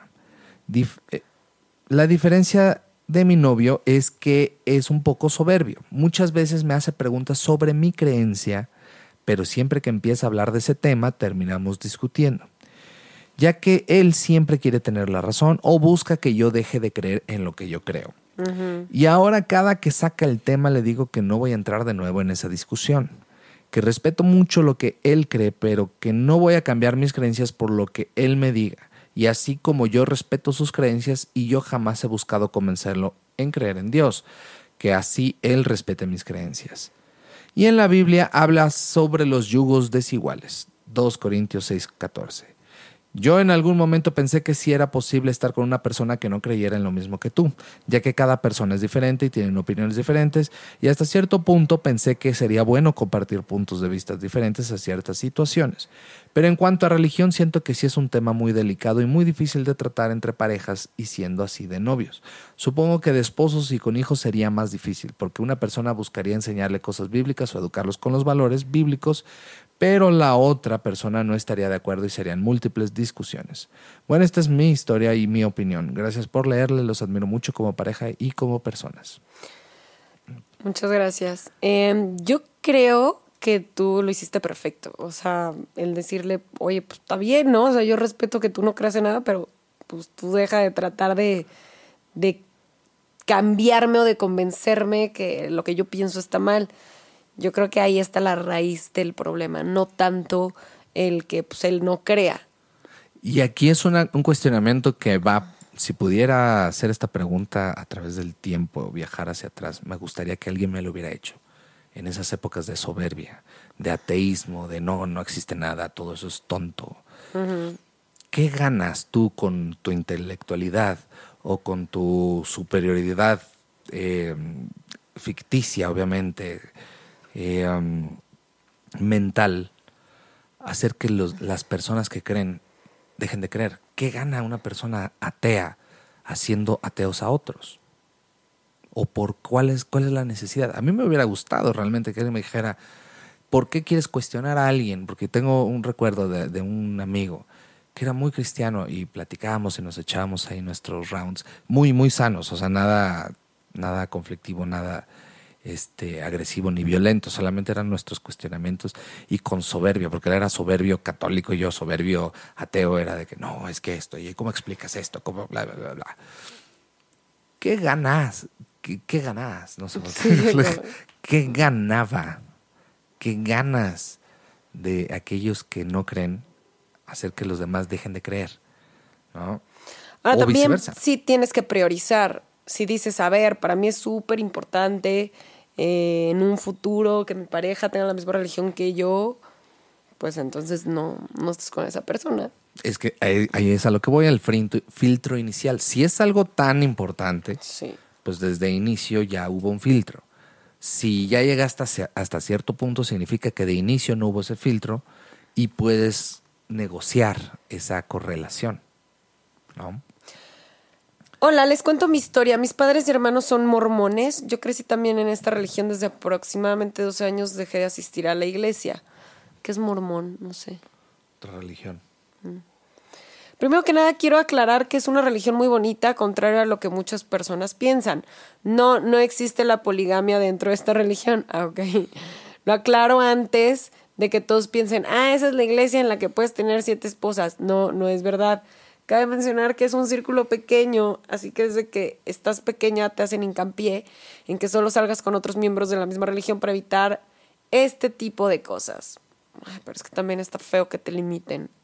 La diferencia de mi novio es que es un poco soberbio. Muchas veces me hace preguntas sobre mi creencia, pero siempre que empieza a hablar de ese tema terminamos discutiendo, ya que él siempre quiere tener la razón o busca que yo deje de creer en lo que yo creo. Uh-huh. Y ahora cada que saca el tema le digo que no voy a entrar de nuevo en esa discusión, que respeto mucho lo que él cree, pero que no voy a cambiar mis creencias por lo que él me diga. Y así como yo respeto sus creencias y yo jamás he buscado convencerlo en creer en Dios, que así él respete mis creencias. Y en la Biblia habla sobre los yugos desiguales. 2 Corintios 6:14. Yo en algún momento pensé que sí era posible estar con una persona que no creyera en lo mismo que tú, ya que cada persona es diferente y tienen opiniones diferentes, y hasta cierto punto pensé que sería bueno compartir puntos de vista diferentes a ciertas situaciones. Pero en cuanto a religión, siento que sí es un tema muy delicado y muy difícil de tratar entre parejas y siendo así de novios. Supongo que de esposos y con hijos sería más difícil, porque una persona buscaría enseñarle cosas bíblicas o educarlos con los valores bíblicos, pero la otra persona no estaría de acuerdo y serían múltiples discusiones. Bueno, esta es mi historia y mi opinión. Gracias por leerle, los admiro mucho como pareja y como personas. Muchas gracias. Yo creo que tú lo hiciste perfecto. O sea, el decirle, oye, pues está bien, ¿no? O sea, yo respeto que tú no creas en nada, pero pues tú deja de tratar de cambiarme o de convencerme que lo que yo pienso está mal. Yo creo que ahí está la raíz del problema, no tanto el que pues, él no crea. Y aquí es un cuestionamiento que va, si pudiera hacer esta pregunta a través del tiempo, viajar hacia atrás, me gustaría que alguien me lo hubiera hecho. En esas épocas de soberbia, de ateísmo, de no existe nada, todo eso es tonto. Uh-huh. ¿Qué ganas tú con tu intelectualidad o con tu superioridad ficticia, obviamente, mental, hacer que las personas que creen dejen de creer? ¿Qué gana una persona atea haciendo ateos a otros? ¿O por cuál es la necesidad? A mí me hubiera gustado realmente que alguien me dijera, ¿por qué quieres cuestionar a alguien? Porque tengo un recuerdo de un amigo que era muy cristiano y platicábamos y nos echábamos ahí nuestros rounds muy, muy sanos, o sea, nada conflictivo, nada agresivo ni violento, solamente eran nuestros cuestionamientos y con soberbia, porque él era soberbio católico y yo soberbio ateo, era de que no, es que esto, y ¿cómo explicas esto? ¿Cómo bla, bla, bla, bla? ¿Qué ganas? ¿Qué ganas? No sé por qué. ¿Qué ganaba? ¿Qué ganas de aquellos que no creen hacer que los demás dejen de creer? ¿No? Ahora, o también viceversa. Sí tienes que priorizar. Si dices, a ver, para mí es súper importante en un futuro que mi pareja tenga la misma religión que yo, pues entonces no estés con esa persona. Es que ahí es a lo que voy, al filtro inicial. Si es algo tan importante, sí, pues desde inicio ya hubo un filtro. Si ya llegaste hasta cierto punto, significa que de inicio no hubo ese filtro y puedes negociar esa correlación, ¿no? Hola, les cuento mi historia. Mis padres y hermanos son mormones. Yo crecí también en esta religión desde aproximadamente 12 años. Dejé de asistir a la iglesia. ¿Qué es mormón? No sé. Otra religión. Primero que nada, quiero aclarar que es una religión muy bonita, contrario a lo que muchas personas piensan. No existe la poligamia dentro de esta religión. Ok. Lo aclaro antes de que todos piensen, esa es la iglesia en la que puedes tener 7 esposas. No es verdad. Cabe mencionar que es un círculo pequeño, así que desde que estás pequeña te hacen hincapié en que solo salgas con otros miembros de la misma religión para evitar este tipo de cosas. Pero es que también está feo que te limiten.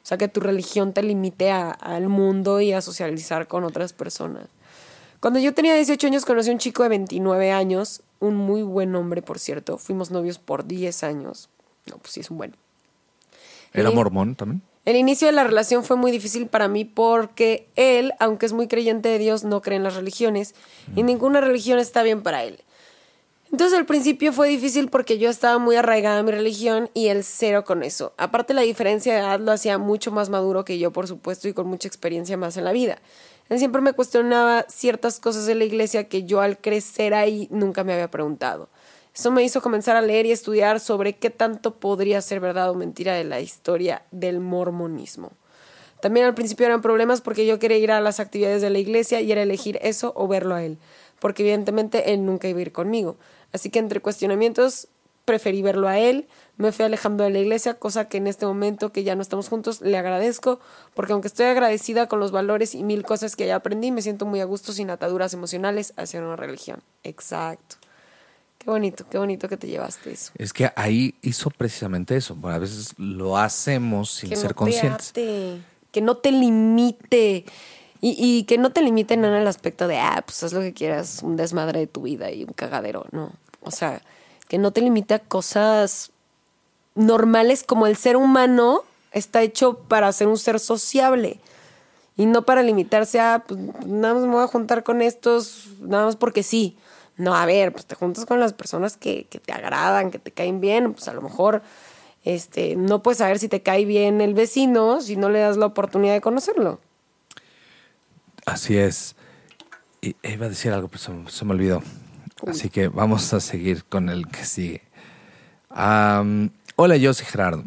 O sea, que tu religión te limite al mundo y a socializar con otras personas. Cuando yo tenía 18 años conocí a un chico de 29 años, un muy buen hombre, por cierto. Fuimos novios por 10 años. No, pues sí, es un buen. ¿Era mormón también? El inicio de la relación fue muy difícil para mí porque él, aunque es muy creyente de Dios, no cree en las religiones y ninguna religión está bien para él. Entonces al principio fue difícil porque yo estaba muy arraigada a mi religión y él cero con eso. Aparte la diferencia de edad lo hacía mucho más maduro que yo, por supuesto, y con mucha experiencia más en la vida. Él siempre me cuestionaba ciertas cosas de la iglesia que yo al crecer ahí nunca me había preguntado. Eso me hizo comenzar a leer y estudiar sobre qué tanto podría ser verdad o mentira de la historia del mormonismo. También al principio eran problemas porque yo quería ir a las actividades de la iglesia y era elegir eso o verlo a él, porque evidentemente él nunca iba a ir conmigo. Así que entre cuestionamientos preferí verlo a él, me fui alejando de la iglesia, cosa que en este momento que ya no estamos juntos le agradezco, porque aunque estoy agradecida con los valores y mil cosas que ya aprendí, me siento muy a gusto sin ataduras emocionales hacia una religión. Exacto. Qué bonito que te llevaste eso. Es que ahí hizo precisamente eso. Bueno, a veces lo hacemos sin ser conscientes. Que no te limite. Y que no te limite no en el aspecto de, pues haz lo que quieras, un desmadre de tu vida y un cagadero, no. O sea, que no te limite a cosas normales como el ser humano está hecho para ser un ser sociable y no para limitarse a, pues nada más me voy a juntar con estos, nada más porque sí. No, a ver, pues te juntas con las personas que te agradan, que te caen bien, pues a lo mejor no puedes saber si te cae bien el vecino si no le das la oportunidad de conocerlo. Así es. Y iba a decir algo, pero se me olvidó. Así que vamos a seguir con el que sigue. Hola, yo soy Gerardo.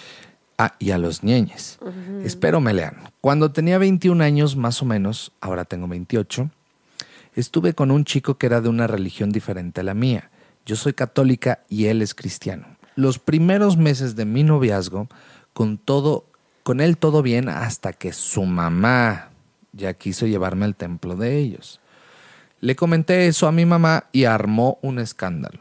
Y a los ñeñes. Uh-huh. Espero me lean. Cuando tenía 21 años, más o menos, ahora tengo 28, estuve con un chico que era de una religión diferente a la mía. Yo soy católica y él es cristiano. Los primeros meses de mi noviazgo, con él todo bien hasta que su mamá ya quiso llevarme al templo de ellos. Le comenté eso a mi mamá y armó un escándalo.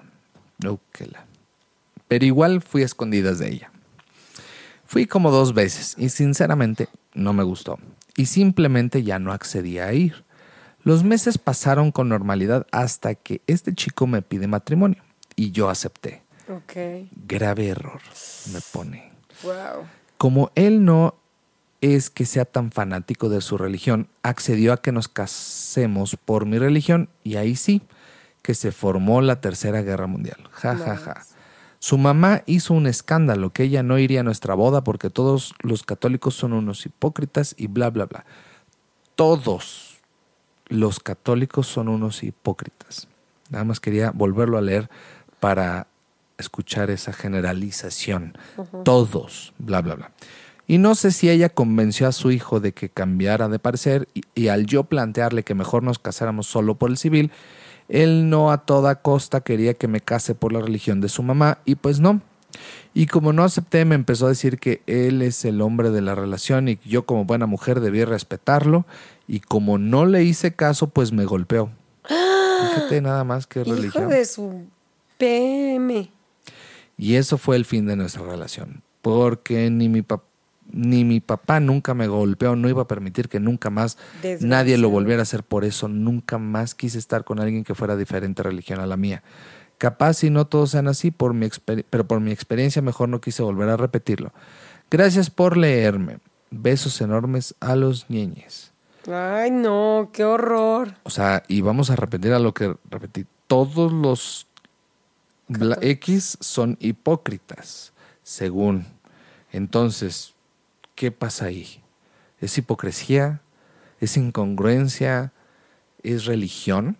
Pero igual fui a escondidas de ella. Fui como 2 veces y sinceramente no me gustó. Y simplemente ya no accedí a ir. Los meses pasaron con normalidad hasta que este chico me pide matrimonio y yo acepté. Okay. Grave error, me pone. Wow. Como él no es que sea tan fanático de su religión, accedió a que nos casemos por mi religión y ahí sí, que se formó la Tercera Guerra Mundial. Ja. Su mamá hizo un escándalo que ella no iría a nuestra boda porque todos los católicos son unos hipócritas y bla, bla, bla. Todos los católicos son unos hipócritas. Nada más quería volverlo a leer para escuchar esa generalización. Uh-huh. Todos, bla, bla, bla. Y no sé si ella convenció a su hijo de que cambiara de parecer y al yo plantearle que mejor nos casáramos solo por el civil, él no a toda costa quería que me case por la religión de su mamá y pues no. Y como no acepté, me empezó a decir que él es el hombre de la relación y que yo como buena mujer debía respetarlo y como no le hice caso, pues me golpeó. Fíjate nada más que religión. Hijo de su PM. Y eso fue el fin de nuestra relación, porque ni mi papá nunca me golpeó, no iba a permitir que nunca más nadie lo volviera a hacer. Por eso nunca más quise estar con alguien que fuera diferente religión a la mía. Capaz si no todos sean así, pero por mi experiencia mejor no quise volver a repetirlo. Gracias por leerme. Besos enormes a los ñeñes. Ay, no, qué horror. O sea, y vamos a repetir a lo que repetí. Todos los X son hipócritas, según. Entonces, ¿qué pasa ahí? ¿Es hipocresía? ¿Es incongruencia? ¿Es religión?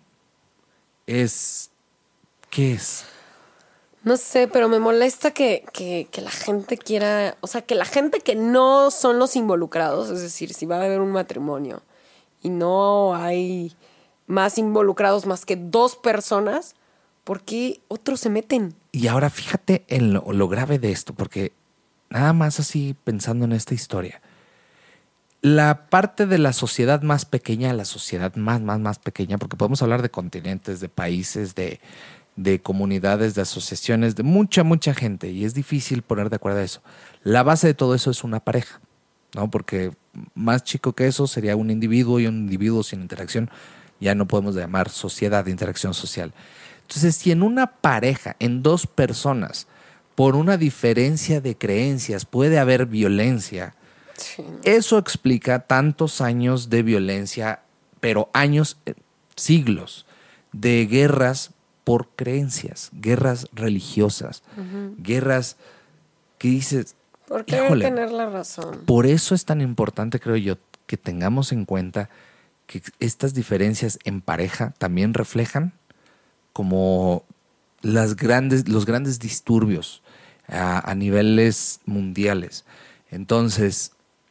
¿Qué es? No sé, pero me molesta que la gente quiera, o sea, que la gente que no son los involucrados, es decir, si va a haber un matrimonio y no hay más involucrados más que 2 personas, ¿por qué otros se meten? Y ahora fíjate en lo grave de esto, porque nada más así pensando en esta historia, la parte de la sociedad más pequeña, la sociedad más pequeña, porque podemos hablar de continentes, de países, de comunidades, de asociaciones, de mucha gente, y es difícil poner de acuerdo a eso. La base de todo eso es una pareja. ¿no? Porque más chico que eso sería un individuo, y un individuo sin interacción ya no podemos llamar sociedad de interacción social. Entonces, si en una pareja, en dos personas, por una diferencia de creencias puede haber violencia, Sí. eso explica tantos años de violencia, pero años, siglos, de guerras por creencias, guerras religiosas, guerras que dices, ¿Por qué híjole, tener la razón? por eso es tan importante, creo yo, que tengamos en cuenta que estas diferencias en pareja también reflejan como los grandes disturbios a niveles mundiales. Entonces,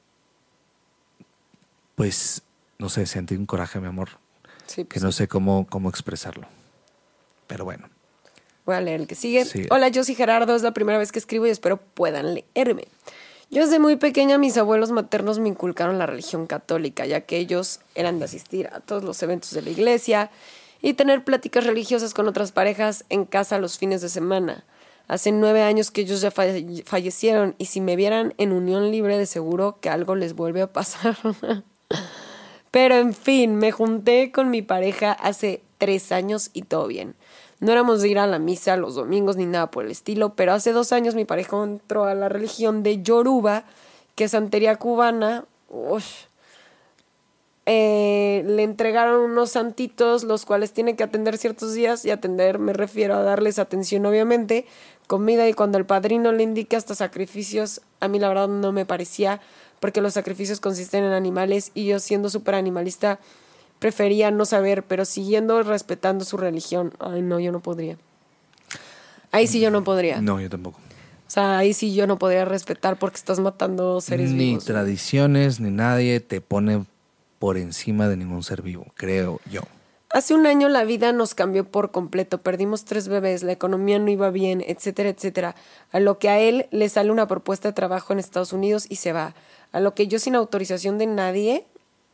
pues, no sé, sentí un coraje, mi amor, Sí, que pues, no sé cómo expresarlo. Pero bueno. voy a leer el que sigue. Sí. Hola, yo soy Gerardo, es la primera vez que escribo y espero puedan leerme. Yo desde muy pequeña mis abuelos maternos me inculcaron la religión católica, ya que ellos eran de asistir a todos los eventos de la iglesia y tener pláticas religiosas con otras parejas en casa los fines de semana. Hace 9 años que ellos ya fallecieron y si me vieran en unión libre de seguro que algo les vuelve a pasar. Pero en fin, me junté con mi pareja hace 3 años y todo bien. No éramos de ir a la misa los domingos ni nada por el estilo, pero hace 2 años mi pareja entró a la religión de Yoruba, que es santería cubana. Le entregaron unos santitos, los cuales tiene que atender ciertos días, y atender me refiero a darles atención, obviamente, comida, y cuando el padrino le indica hasta sacrificios, a mí la verdad no me parecía, porque los sacrificios consisten en animales y yo, siendo súper animalista, prefería no saber, pero siguiendo respetando su religión. Ay, no, yo no podría. Ahí sí yo no podría. No, yo tampoco. O sea, ahí sí yo no podría respetar porque estás matando seres Ni vivos. tradiciones, ni nadie te pone por encima de ningún ser vivo, creo yo. Hace 1 año la vida nos cambió por completo. Perdimos 3 bebés, la economía no iba bien, etcétera, etcétera. A lo que a él le sale una propuesta de trabajo en Estados Unidos y se va. A lo que yo, sin autorización de nadie,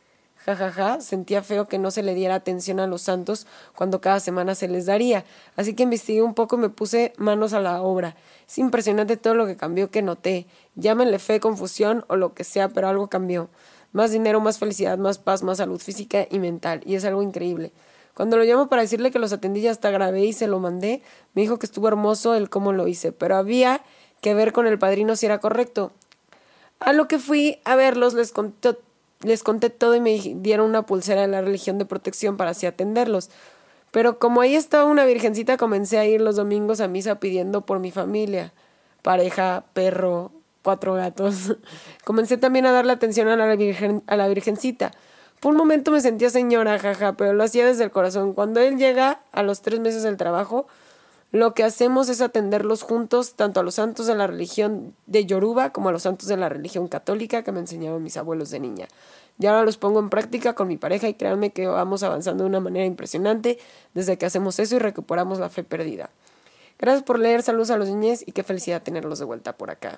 sentía feo que no se le diera atención a los santos cuando cada semana se les daría. Así que investigué un poco y me puse manos a la obra. Es impresionante todo lo que cambió, que noté. Llámenle fe, confusión o lo que sea, pero algo cambió. Más dinero, más felicidad, más paz, más salud física y mental. Y es algo increíble. Cuando lo llamo para decirle que los atendí, ya hasta grabé y se lo mandé, me dijo que estuvo hermoso el cómo lo hice, pero había que ver con el padrino si era correcto. A lo que fui a verlos, les conté todo y me dieron una pulsera de la religión de protección para así atenderlos. Pero como ahí estaba una virgencita, comencé a ir los domingos a misa pidiendo por mi familia. Pareja, perro, 4 gatos. Comencé también a darle atención a la virgencita. Por un momento me sentía señora, pero lo hacía desde el corazón. Cuando él llega a los 3 meses del trabajo, lo que hacemos es atenderlos juntos, tanto a los santos de la religión de Yoruba como a los santos de la religión católica que me enseñaron mis abuelos de niña. Y ahora los pongo en práctica con mi pareja y créanme que vamos avanzando de una manera impresionante desde que hacemos eso y recuperamos la fe perdida. Gracias por leer, saludos a los niñes y qué felicidad tenerlos de vuelta por acá.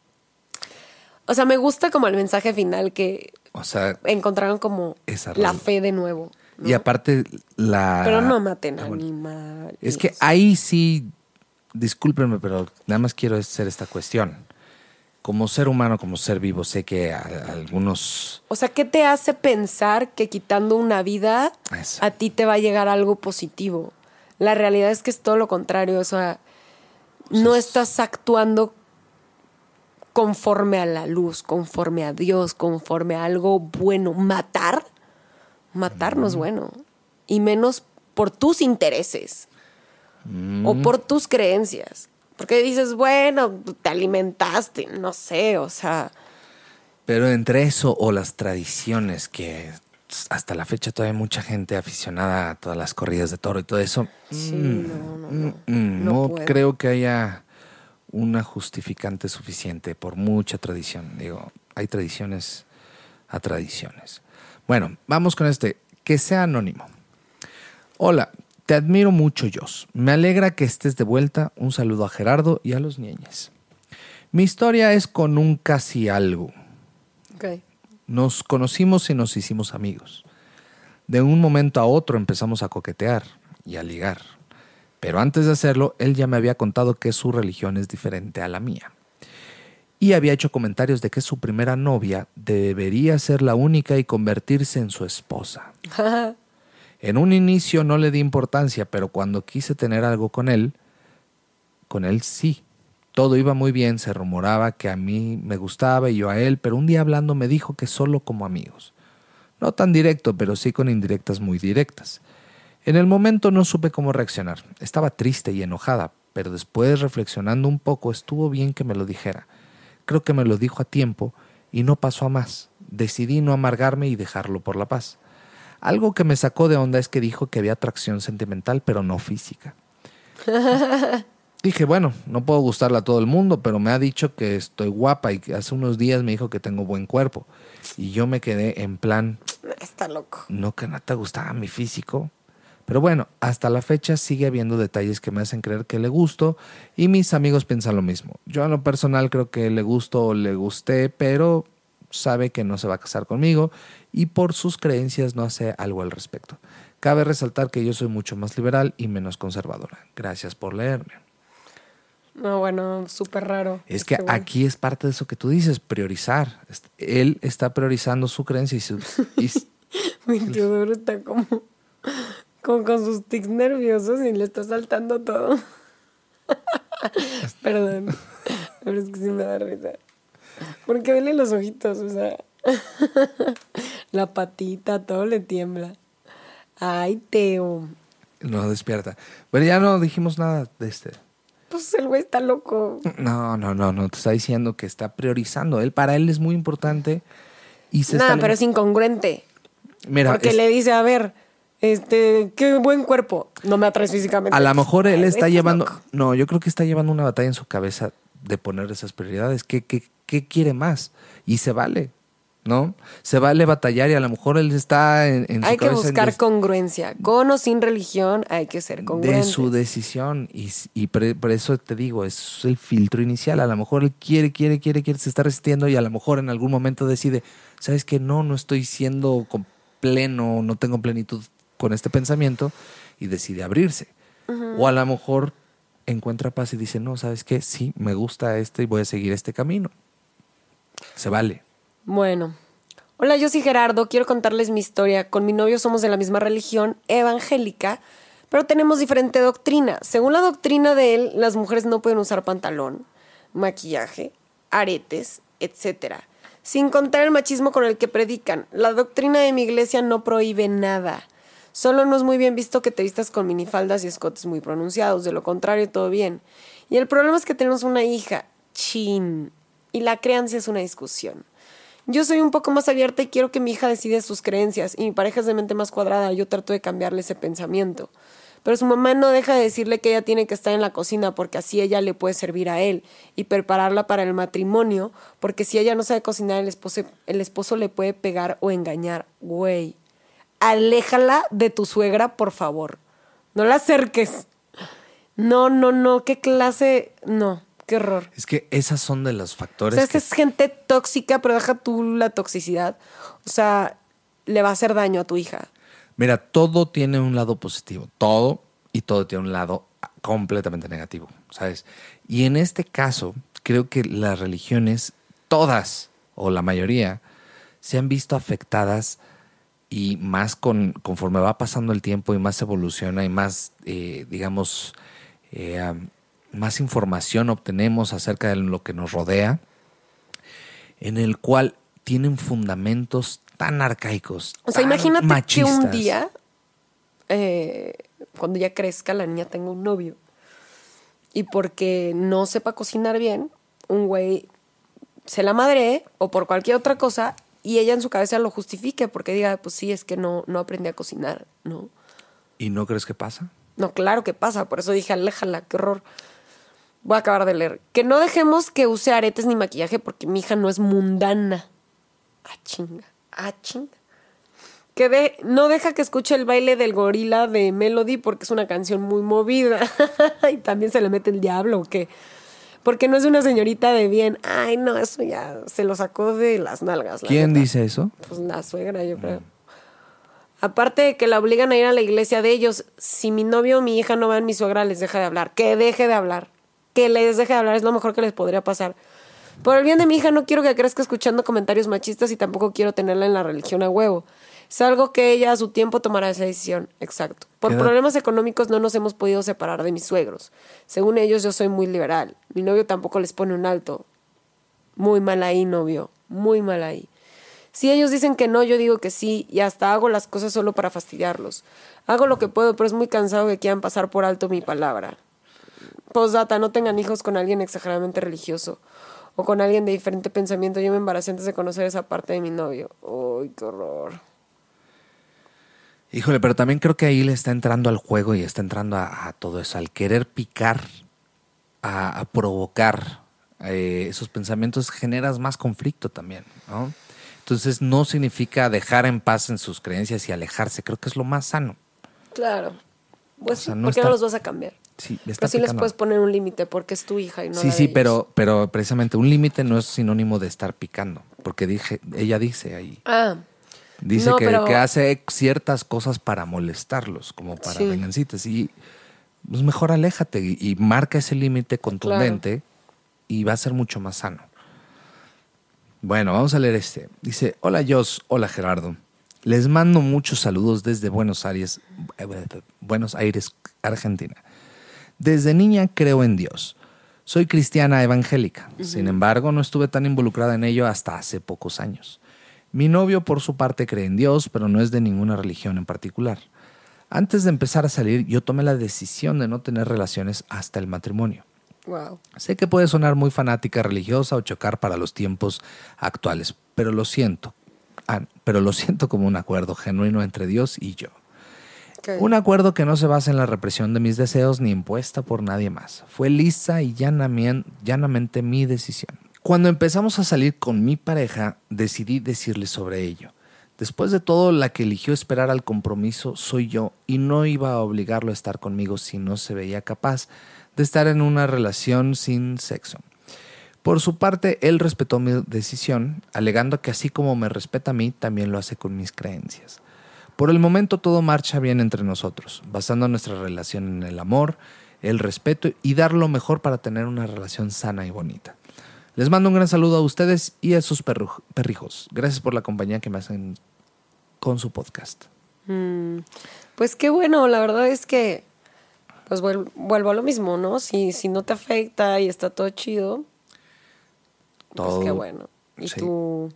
O sea, me gusta como el mensaje final que encontraron como la fe de nuevo, ¿no? Y aparte Pero no maten animales. Es que ahí sí, discúlpenme, pero nada más quiero hacer esta cuestión. Como ser humano, como ser vivo, sé que algunos... O sea, ¿qué te hace pensar que quitando una vida a ti te va a llegar algo positivo? La realidad es que es todo lo contrario. O sea, no estás actuando conforme a la luz, conforme a Dios, conforme a algo bueno. Matar no es bueno. Y menos por tus intereses o por tus creencias. Porque dices, bueno, te alimentaste, no sé, o sea... Pero entre eso o las tradiciones, que hasta la fecha todavía hay mucha gente aficionada a todas las corridas de toro y todo eso, sí, no creo que haya una justificante suficiente por mucha tradición. Digo, hay tradiciones a tradiciones. Bueno, vamos con que sea anónimo. Hola, te admiro mucho, Jos. Me alegra que estés de vuelta. Un saludo a Gerardo y a los ñeñes. Mi historia es con un casi algo. Okay. Nos conocimos y nos hicimos amigos. De un momento a otro empezamos a coquetear y a ligar. Pero antes de hacerlo, él ya me había contado que su religión es diferente a la mía. y había hecho comentarios de que su primera novia debería ser la única y convertirse en su esposa. En un inicio no le di importancia, pero cuando quise tener algo con él sí. Todo iba muy bien, se rumoraba que a mí me gustaba y yo a él, pero un día hablando me dijo que solo como amigos. No tan directo, pero sí con indirectas muy directas. En el momento no supe cómo reaccionar. Estaba triste y enojada, pero después, reflexionando un poco, estuvo bien que me lo dijera. Creo que me lo dijo a tiempo y no pasó a más. Decidí no amargarme y dejarlo por la paz. Algo que me sacó de onda es que dijo que había atracción sentimental, pero no física. Dije, bueno, no puedo gustarle a todo el mundo, pero me ha dicho que estoy guapa y que hace unos días me dijo que tengo buen cuerpo. Y yo me quedé en plan... Está loco. No, que no te gustaba mi físico. Pero bueno, hasta la fecha sigue habiendo detalles que me hacen creer que le gusto y mis amigos piensan lo mismo. Yo en lo personal creo que le gusto o le gusté, pero sabe que no se va a casar conmigo y por sus creencias no hace algo al respecto. Cabe resaltar que yo soy mucho más liberal y menos conservadora. Gracias por leerme. No, bueno, súper raro. Es que aquí es parte de eso que tú dices, priorizar. Él está priorizando su creencia y Mi Teodoro está como con sus tics nerviosos y le está saltando todo. Perdón, pero es que sí me da risa. Porque vele los ojitos, o sea, la patita, todo le tiembla. Ay, Teo. No despierta. Pero ya no dijimos nada de este. Pues el güey está loco. No, te está diciendo que está priorizando. Para él es muy importante y se está... pero es incongruente. Mira, porque le dice, a ver, qué buen cuerpo. No me atraes físicamente. A lo mejor él está llevando... Loco. No, yo creo que está llevando una batalla en su cabeza de poner esas prioridades. ¿Qué quiere más? Y se vale, ¿no? Se vale batallar y a lo mejor él está en su cabeza... Hay que buscar congruencia. Con o sin religión hay que ser congruentes. De su decisión. Y por eso te digo, es el filtro inicial. A lo mejor él quiere, se está resistiendo y a lo mejor en algún momento decide, ¿sabes qué? No estoy siendo pleno, no tengo plenitud con este pensamiento y decide abrirse. Uh-huh. O a lo mejor encuentra paz y dice, no, ¿sabes qué? Sí, me gusta y voy a seguir este camino. Se vale. Bueno. Hola, yo soy Gerardo. Quiero contarles mi historia. Con mi novio somos de la misma religión, evangélica, pero tenemos diferente doctrina. Según la doctrina de él, las mujeres no pueden usar pantalón, maquillaje, aretes, etc. Sin contar el machismo con el que predican. La doctrina de mi iglesia no prohíbe nada. Solo no es muy bien visto que te vistas con minifaldas y escotes muy pronunciados. De lo contrario, todo bien. Y el problema es que tenemos una hija. Chin. Y la crianza es una discusión. Yo soy un poco más abierta y quiero que mi hija decida sus creencias. Y mi pareja es de mente más cuadrada. Yo trato de cambiarle ese pensamiento. Pero su mamá no deja de decirle que ella tiene que estar en la cocina porque así ella le puede servir a él y prepararla para el matrimonio, porque si ella no sabe cocinar, el esposo le puede pegar o engañar. Güey, aléjala de tu suegra, por favor. No la acerques. No, qué clase... No, qué horror. Es que esas son de los factores. O sea, es gente tóxica, pero deja tú la toxicidad. O sea, le va a hacer daño a tu hija. Mira, todo tiene un lado positivo, todo, y todo tiene un lado completamente negativo, ¿sabes? Y en este caso, creo que las religiones, todas, o la mayoría, se han visto afectadas y más conforme va pasando el tiempo y más evoluciona y más, más información obtenemos acerca de lo que nos rodea, en el cual tienen fundamentos tan arcaicos, o sea, tan imagínate machistas. Que un día, cuando ya crezca, la niña tenga un novio. Y porque no sepa cocinar bien, un güey se la madre o por cualquier otra cosa y ella en su cabeza lo justifique porque diga, pues sí, es que no aprendí a cocinar, ¿no? ¿Y no crees que pasa? No, claro que pasa. Por eso dije, aléjala, qué horror. Voy a acabar de leer. Que no dejemos que use aretes ni maquillaje porque mi hija no es mundana. Chinga. Que no deja que escuche el baile del gorila de Melody porque es una canción muy movida. Y también se le mete el diablo, ¿o qué? Porque no es una señorita de bien. Ay, no, eso ya se lo sacó de las nalgas. ¿Quién dice eso? Pues la suegra, yo creo. Aparte de que la obligan a ir a la iglesia de ellos, si mi novio o mi hija no van, mi suegra les deja de hablar. Que deje de hablar. Que les deje de hablar es lo mejor que les podría pasar. Por el bien de mi hija no quiero que crezca escuchando comentarios machistas y tampoco quiero tenerla en la religión a huevo. Es algo que ella a su tiempo tomará esa decisión. Exacto. Por problemas económicos no nos hemos podido separar de mis suegros. Según ellos yo soy muy liberal. Mi novio tampoco les pone un alto. Muy mal ahí, novio. Muy mal ahí. Si ellos dicen que no, yo digo que sí y hasta hago las cosas solo para fastidiarlos. Hago lo que puedo, pero es muy cansado que quieran pasar por alto mi palabra. Postdata, no tengan hijos con alguien exageradamente religioso o con alguien de diferente pensamiento. Yo me embaracé antes de conocer esa parte de mi novio. ¡Uy, qué horror! Híjole, pero también creo que ahí le está entrando al juego y está entrando a todo eso, al querer picar, a provocar esos pensamientos, generas más conflicto también, ¿no? Entonces no significa dejar en paz en sus creencias y alejarse, creo que es lo más sano. Claro. Pues O sea, sí, no porque está- no los vas a cambiar. Sí, le está Pero sí les picando. puedes poner un límite porque es tu hija y no Sí, la de sí, ellos. pero precisamente un límite no es sinónimo de estar picando, porque ella dice ahí, Ah, dice no, que, pero... que hace ciertas cosas para molestarlos, como para Sí. vengancitas, y pues mejor aléjate y marca ese límite contundente y va a ser mucho más sano. Bueno, vamos a leer este. Dice, hola Jos, hola Gerardo. Les mando muchos saludos desde Buenos Aires, Argentina. Desde niña creo en Dios. Soy cristiana evangélica. Sin embargo, no estuve tan involucrada en ello hasta hace pocos años. Mi novio, por su parte, cree en Dios, pero no es de ninguna religión en particular. Antes de empezar a salir, yo tomé la decisión de no tener relaciones hasta el matrimonio. Wow. Sé que puede sonar muy fanática religiosa o chocar para los tiempos actuales, pero lo siento. Pero lo siento como un acuerdo genuino entre Dios y yo. Okay. Un acuerdo que no se basa en la represión de mis deseos ni impuesta por nadie más. Fue lisa y llanamente mi decisión. Cuando empezamos a salir con mi pareja, decidí decirle sobre ello. Después de todo, la que eligió esperar al compromiso soy yo y no iba a obligarlo a estar conmigo si no se veía capaz de estar en una relación sin sexo. Por su parte, él respetó mi decisión, alegando que así como me respeta a mí, también lo hace con mis creencias. Por el momento todo marcha bien entre nosotros, basando nuestra relación en el amor, el respeto y dar lo mejor para tener una relación sana y bonita. Les mando un gran saludo a ustedes y a sus perrijos. Gracias por la compañía que me hacen con su podcast. Pues qué bueno, la verdad es que pues vuelvo a lo mismo, ¿no? Si no te afecta y está todo chido, Todo, pues qué bueno. Y sí.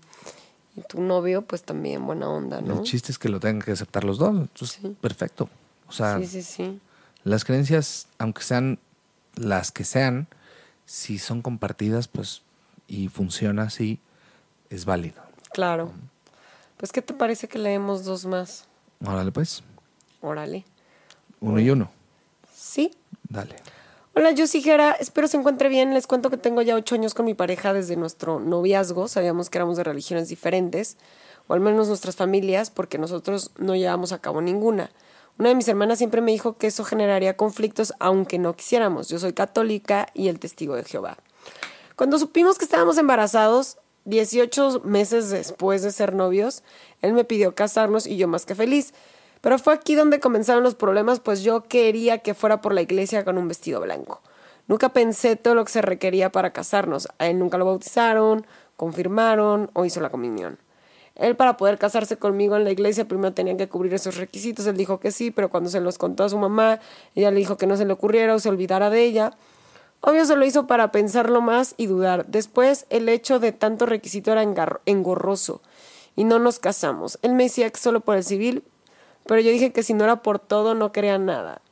tu novio, pues también buena onda, ¿no? El chiste es que lo tengan que aceptar los dos. Entonces, Sí. perfecto. O sea, Sí. las creencias, aunque sean las que sean, si son compartidas, pues, y funciona así, es válido. Claro. Pues, ¿qué te parece que leemos dos más? Órale, pues. Órale. Uno y uno. Sí. Dale. Hola, yo soy Jera. Espero se encuentre bien. Les cuento que tengo ya 8 años con mi pareja desde nuestro noviazgo. Sabíamos que éramos de religiones diferentes, o al menos nuestras familias, porque nosotros no llevamos a cabo ninguna. Una de mis hermanas siempre me dijo que eso generaría conflictos aunque no quisiéramos. Yo soy católica y el testigo de Jehová. Cuando supimos que estábamos embarazados, 18 meses después de ser novios, él me pidió casarnos y yo más que feliz. Pero fue aquí donde comenzaron los problemas, pues yo quería que fuera por la iglesia con un vestido blanco. Nunca pensé todo lo que se requería para casarnos. A él nunca lo bautizaron, confirmaron o hizo la comunión. Él, para poder casarse conmigo en la iglesia, primero tenía que cubrir esos requisitos. Él dijo que sí, pero cuando se los contó a su mamá, ella le dijo que no se le ocurriera o se olvidara de ella. Obvio se lo hizo para pensarlo más y dudar. Después, el hecho de tanto requisito era engorroso y no nos casamos. Él me decía que solo por el civil, pero yo dije que si no era por todo, no quería nada.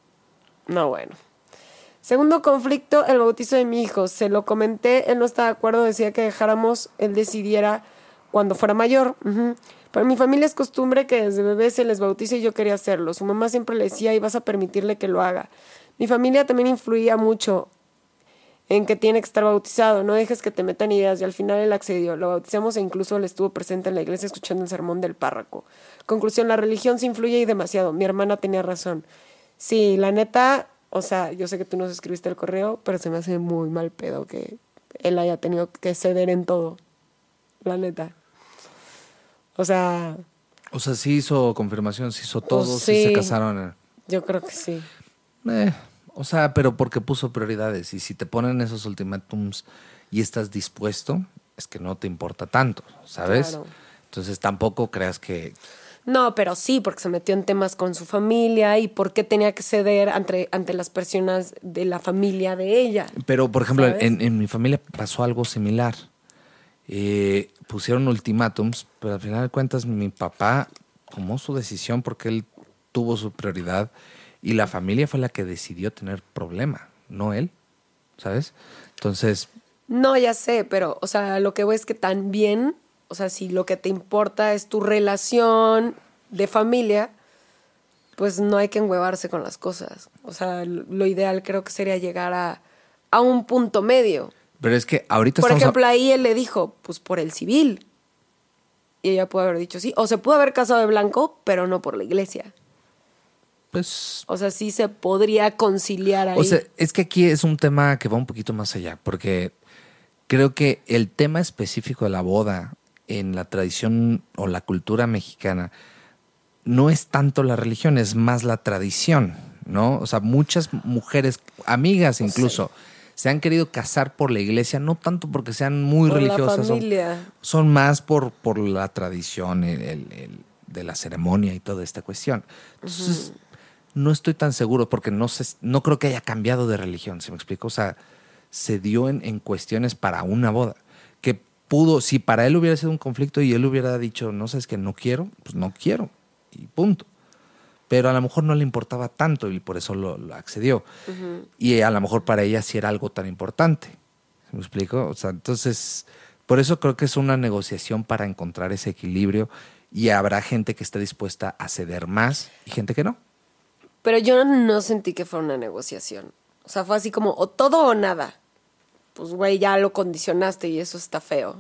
No, bueno. Segundo conflicto, el bautizo de mi hijo. Se lo comenté, él no estaba de acuerdo, decía que dejáramos, él decidiera cuando fuera mayor. Pero en mi familia es costumbre que desde bebé se les bautice y yo quería hacerlo. Su mamá siempre le decía, y vas a permitirle que lo haga. Mi familia también influía mucho en que tiene que estar bautizado, no dejes que te metan ideas, y al final él accedió, lo bautizamos e incluso él estuvo presente en la iglesia escuchando el sermón del párroco. Conclusión, la religión se influye y demasiado, mi hermana tenía razón. Sí, la neta, o sea, yo sé que tú nos escribiste el correo, pero se me hace muy mal pedo que él haya tenido que ceder en todo, la neta. O sea, sí hizo confirmación, sí hizo todo, pues sí se sí. casaron. Yo creo que sí. O sea, pero porque puso prioridades. Y si te ponen esos ultimátums y estás dispuesto, es que no te importa tanto, ¿sabes? Claro. Entonces tampoco creas que... No, pero sí, porque se metió en temas con su familia y por qué tenía que ceder ante las personas de la familia de ella. Pero, por ejemplo, ¿Sabes? en mi familia pasó algo similar. Pusieron ultimátums, pero al final de cuentas mi papá tomó su decisión porque él tuvo su prioridad y la familia fue la que decidió tener problema, no él, ¿sabes? Entonces, No, ya sé, pero, o sea, lo que voy es que también, o sea, si lo que te importa es tu relación de familia, pues no hay que enhuevarse con las cosas. O sea, lo ideal creo que sería llegar a un punto medio. pero es que ahorita Por estamos... ejemplo, ahí él le dijo, pues por el civil. Y ella pudo haber dicho sí. O se pudo haber casado de blanco, pero no por la iglesia. Pues, O sea, sí se podría conciliar ahí. o sea, es que aquí es un tema que va un poquito más allá, porque creo que el tema específico de la boda en la tradición o la cultura mexicana no es tanto la religión, es más la tradición, ¿no? O sea, muchas mujeres, amigas incluso, se han querido casar por la iglesia, no tanto porque sean muy Por la religiosas, familia. son más por la tradición de la ceremonia y toda esta cuestión. Entonces, no estoy tan seguro porque no creo que haya cambiado de religión, ¿se me explico? O sea, se dio en cuestiones para una boda. Que pudo, si para él hubiera sido un conflicto y él hubiera dicho, no sabes que no quiero, pues no quiero. Y punto. Pero a lo mejor no le importaba tanto y por eso lo accedió. Y a lo mejor para ella sí era algo tan importante. ¿Me explico? O sea, entonces, por eso creo que es una negociación para encontrar ese equilibrio y habrá gente que esté dispuesta a ceder más y gente que no. Pero yo no sentí que fuera una negociación. O sea, fue así como o todo o nada. Pues, güey, ya lo condicionaste y eso está feo.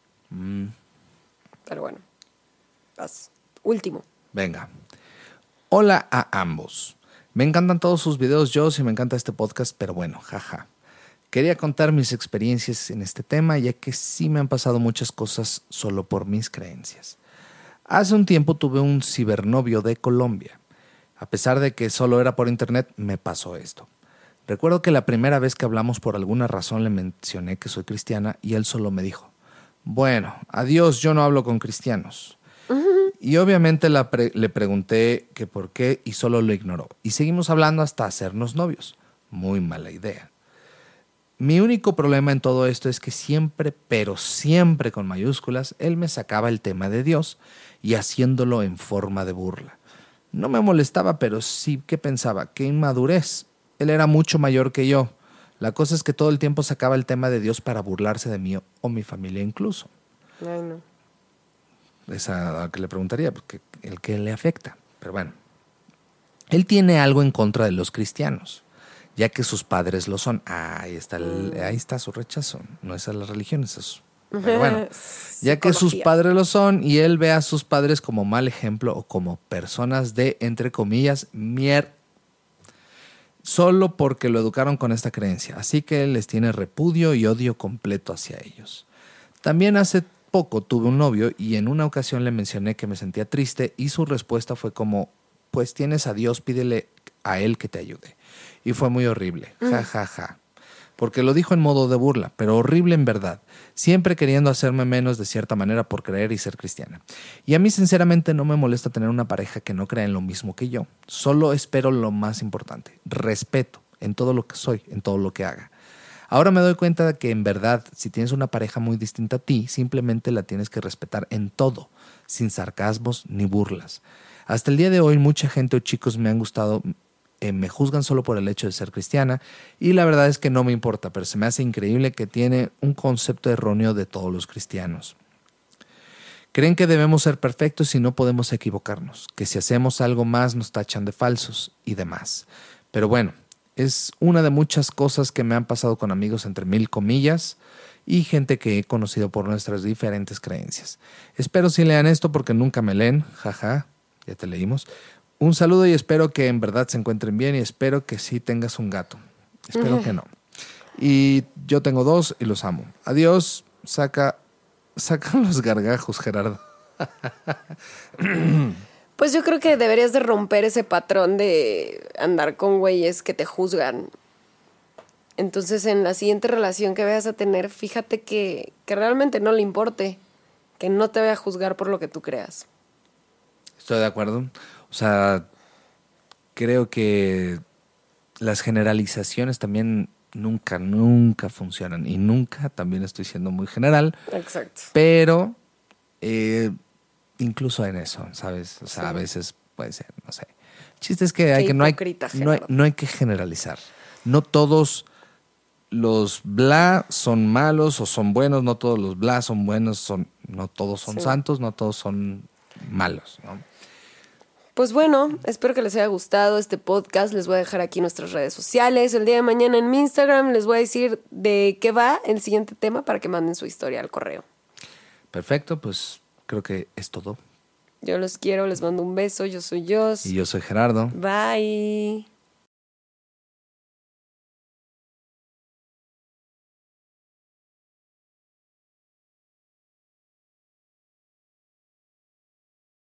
Pero bueno. Vas. Último. Venga. Hola a ambos. Me encantan todos sus videos, yo sí me encanta este podcast, pero bueno, jaja. Quería contar mis experiencias en este tema, ya que sí me han pasado muchas cosas solo por mis creencias. Hace un tiempo tuve un cibernovio de Colombia. A pesar de que solo era por internet, me pasó esto. Recuerdo que la primera vez que hablamos por alguna razón le mencioné que soy cristiana y él solo me dijo, bueno, adiós, yo no hablo con cristianos. Y obviamente le pregunté que por qué y solo lo ignoró. Y seguimos hablando hasta hacernos novios. Muy mala idea. Mi único problema en todo esto es que siempre, pero siempre con mayúsculas, él me sacaba el tema de Dios y haciéndolo en forma de burla. No me molestaba, pero sí que pensaba, qué inmadurez. Él era mucho mayor que yo. La cosa es que todo el tiempo sacaba el tema de Dios para burlarse de mí o mi familia incluso. Ay, no. Esa que le preguntaría, porque el que le afecta. Pero bueno, él tiene algo en contra de los cristianos, ya que sus padres lo son. Ahí está su rechazo. No es a las religiones, eso. Pero bueno, ya que sus padres lo son y él ve a sus padres como mal ejemplo o como personas de, entre comillas, solo porque lo educaron con esta creencia. Así que él les tiene repudio y odio completo hacia ellos. También hace poco tuve un novio y en una ocasión le mencioné que me sentía triste y su respuesta fue como, pues tienes a Dios, pídele a él que te ayude. Y fue muy horrible, ja, ja, ja. Porque lo dijo en modo de burla, pero horrible en verdad, siempre queriendo hacerme menos de cierta manera por creer y ser cristiana. Y a mí sinceramente no me molesta tener una pareja que no crea en lo mismo que yo. Solo espero lo más importante, respeto en todo lo que soy, en todo lo que haga. Ahora me doy cuenta de que en verdad, si tienes una pareja muy distinta a ti, simplemente la tienes que respetar en todo, sin sarcasmos ni burlas. Hasta el día de hoy mucha gente o chicos me han gustado, me juzgan solo por el hecho de ser cristiana y la verdad es que no me importa, pero se me hace increíble que tiene un concepto erróneo de todos los cristianos. Creen que debemos ser perfectos y no podemos equivocarnos, que si hacemos algo más nos tachan de falsos y demás. Pero bueno, es una de muchas cosas que me han pasado con amigos entre mil comillas y gente que he conocido por nuestras diferentes creencias. Espero si lean esto porque nunca me leen, jaja, ya te leímos. Un saludo y espero que en verdad se encuentren bien y espero que sí tengas un gato. Espero que no. Y yo tengo 2 y los amo. Adiós, saca los gargajos, Gerardo. Pues yo creo que deberías de romper ese patrón de andar con güeyes que te juzgan. Entonces, en la siguiente relación que vayas a tener, fíjate que realmente no le importe, que no te vaya a juzgar por lo que tú creas. Estoy de acuerdo. O sea, creo que las generalizaciones también nunca funcionan. Y nunca, también estoy siendo muy general. Exacto. Pero incluso en eso, ¿sabes? O sea, Sí. a veces puede ser, no sé. El chiste es que, Hipócrita, Gerardo. no hay que generalizar. No todos los bla son malos o son buenos, no todos los bla son buenos, no todos son santos, no todos son malos, ¿no? Pues bueno, espero que les haya gustado este podcast. Les voy a dejar aquí nuestras redes sociales. El día de mañana en mi Instagram les voy a decir de qué va el siguiente tema para que manden su historia al correo. Perfecto, pues creo que es todo. Yo los quiero, les mando un beso. Yo soy Jos. Y yo soy Gerardo. Bye.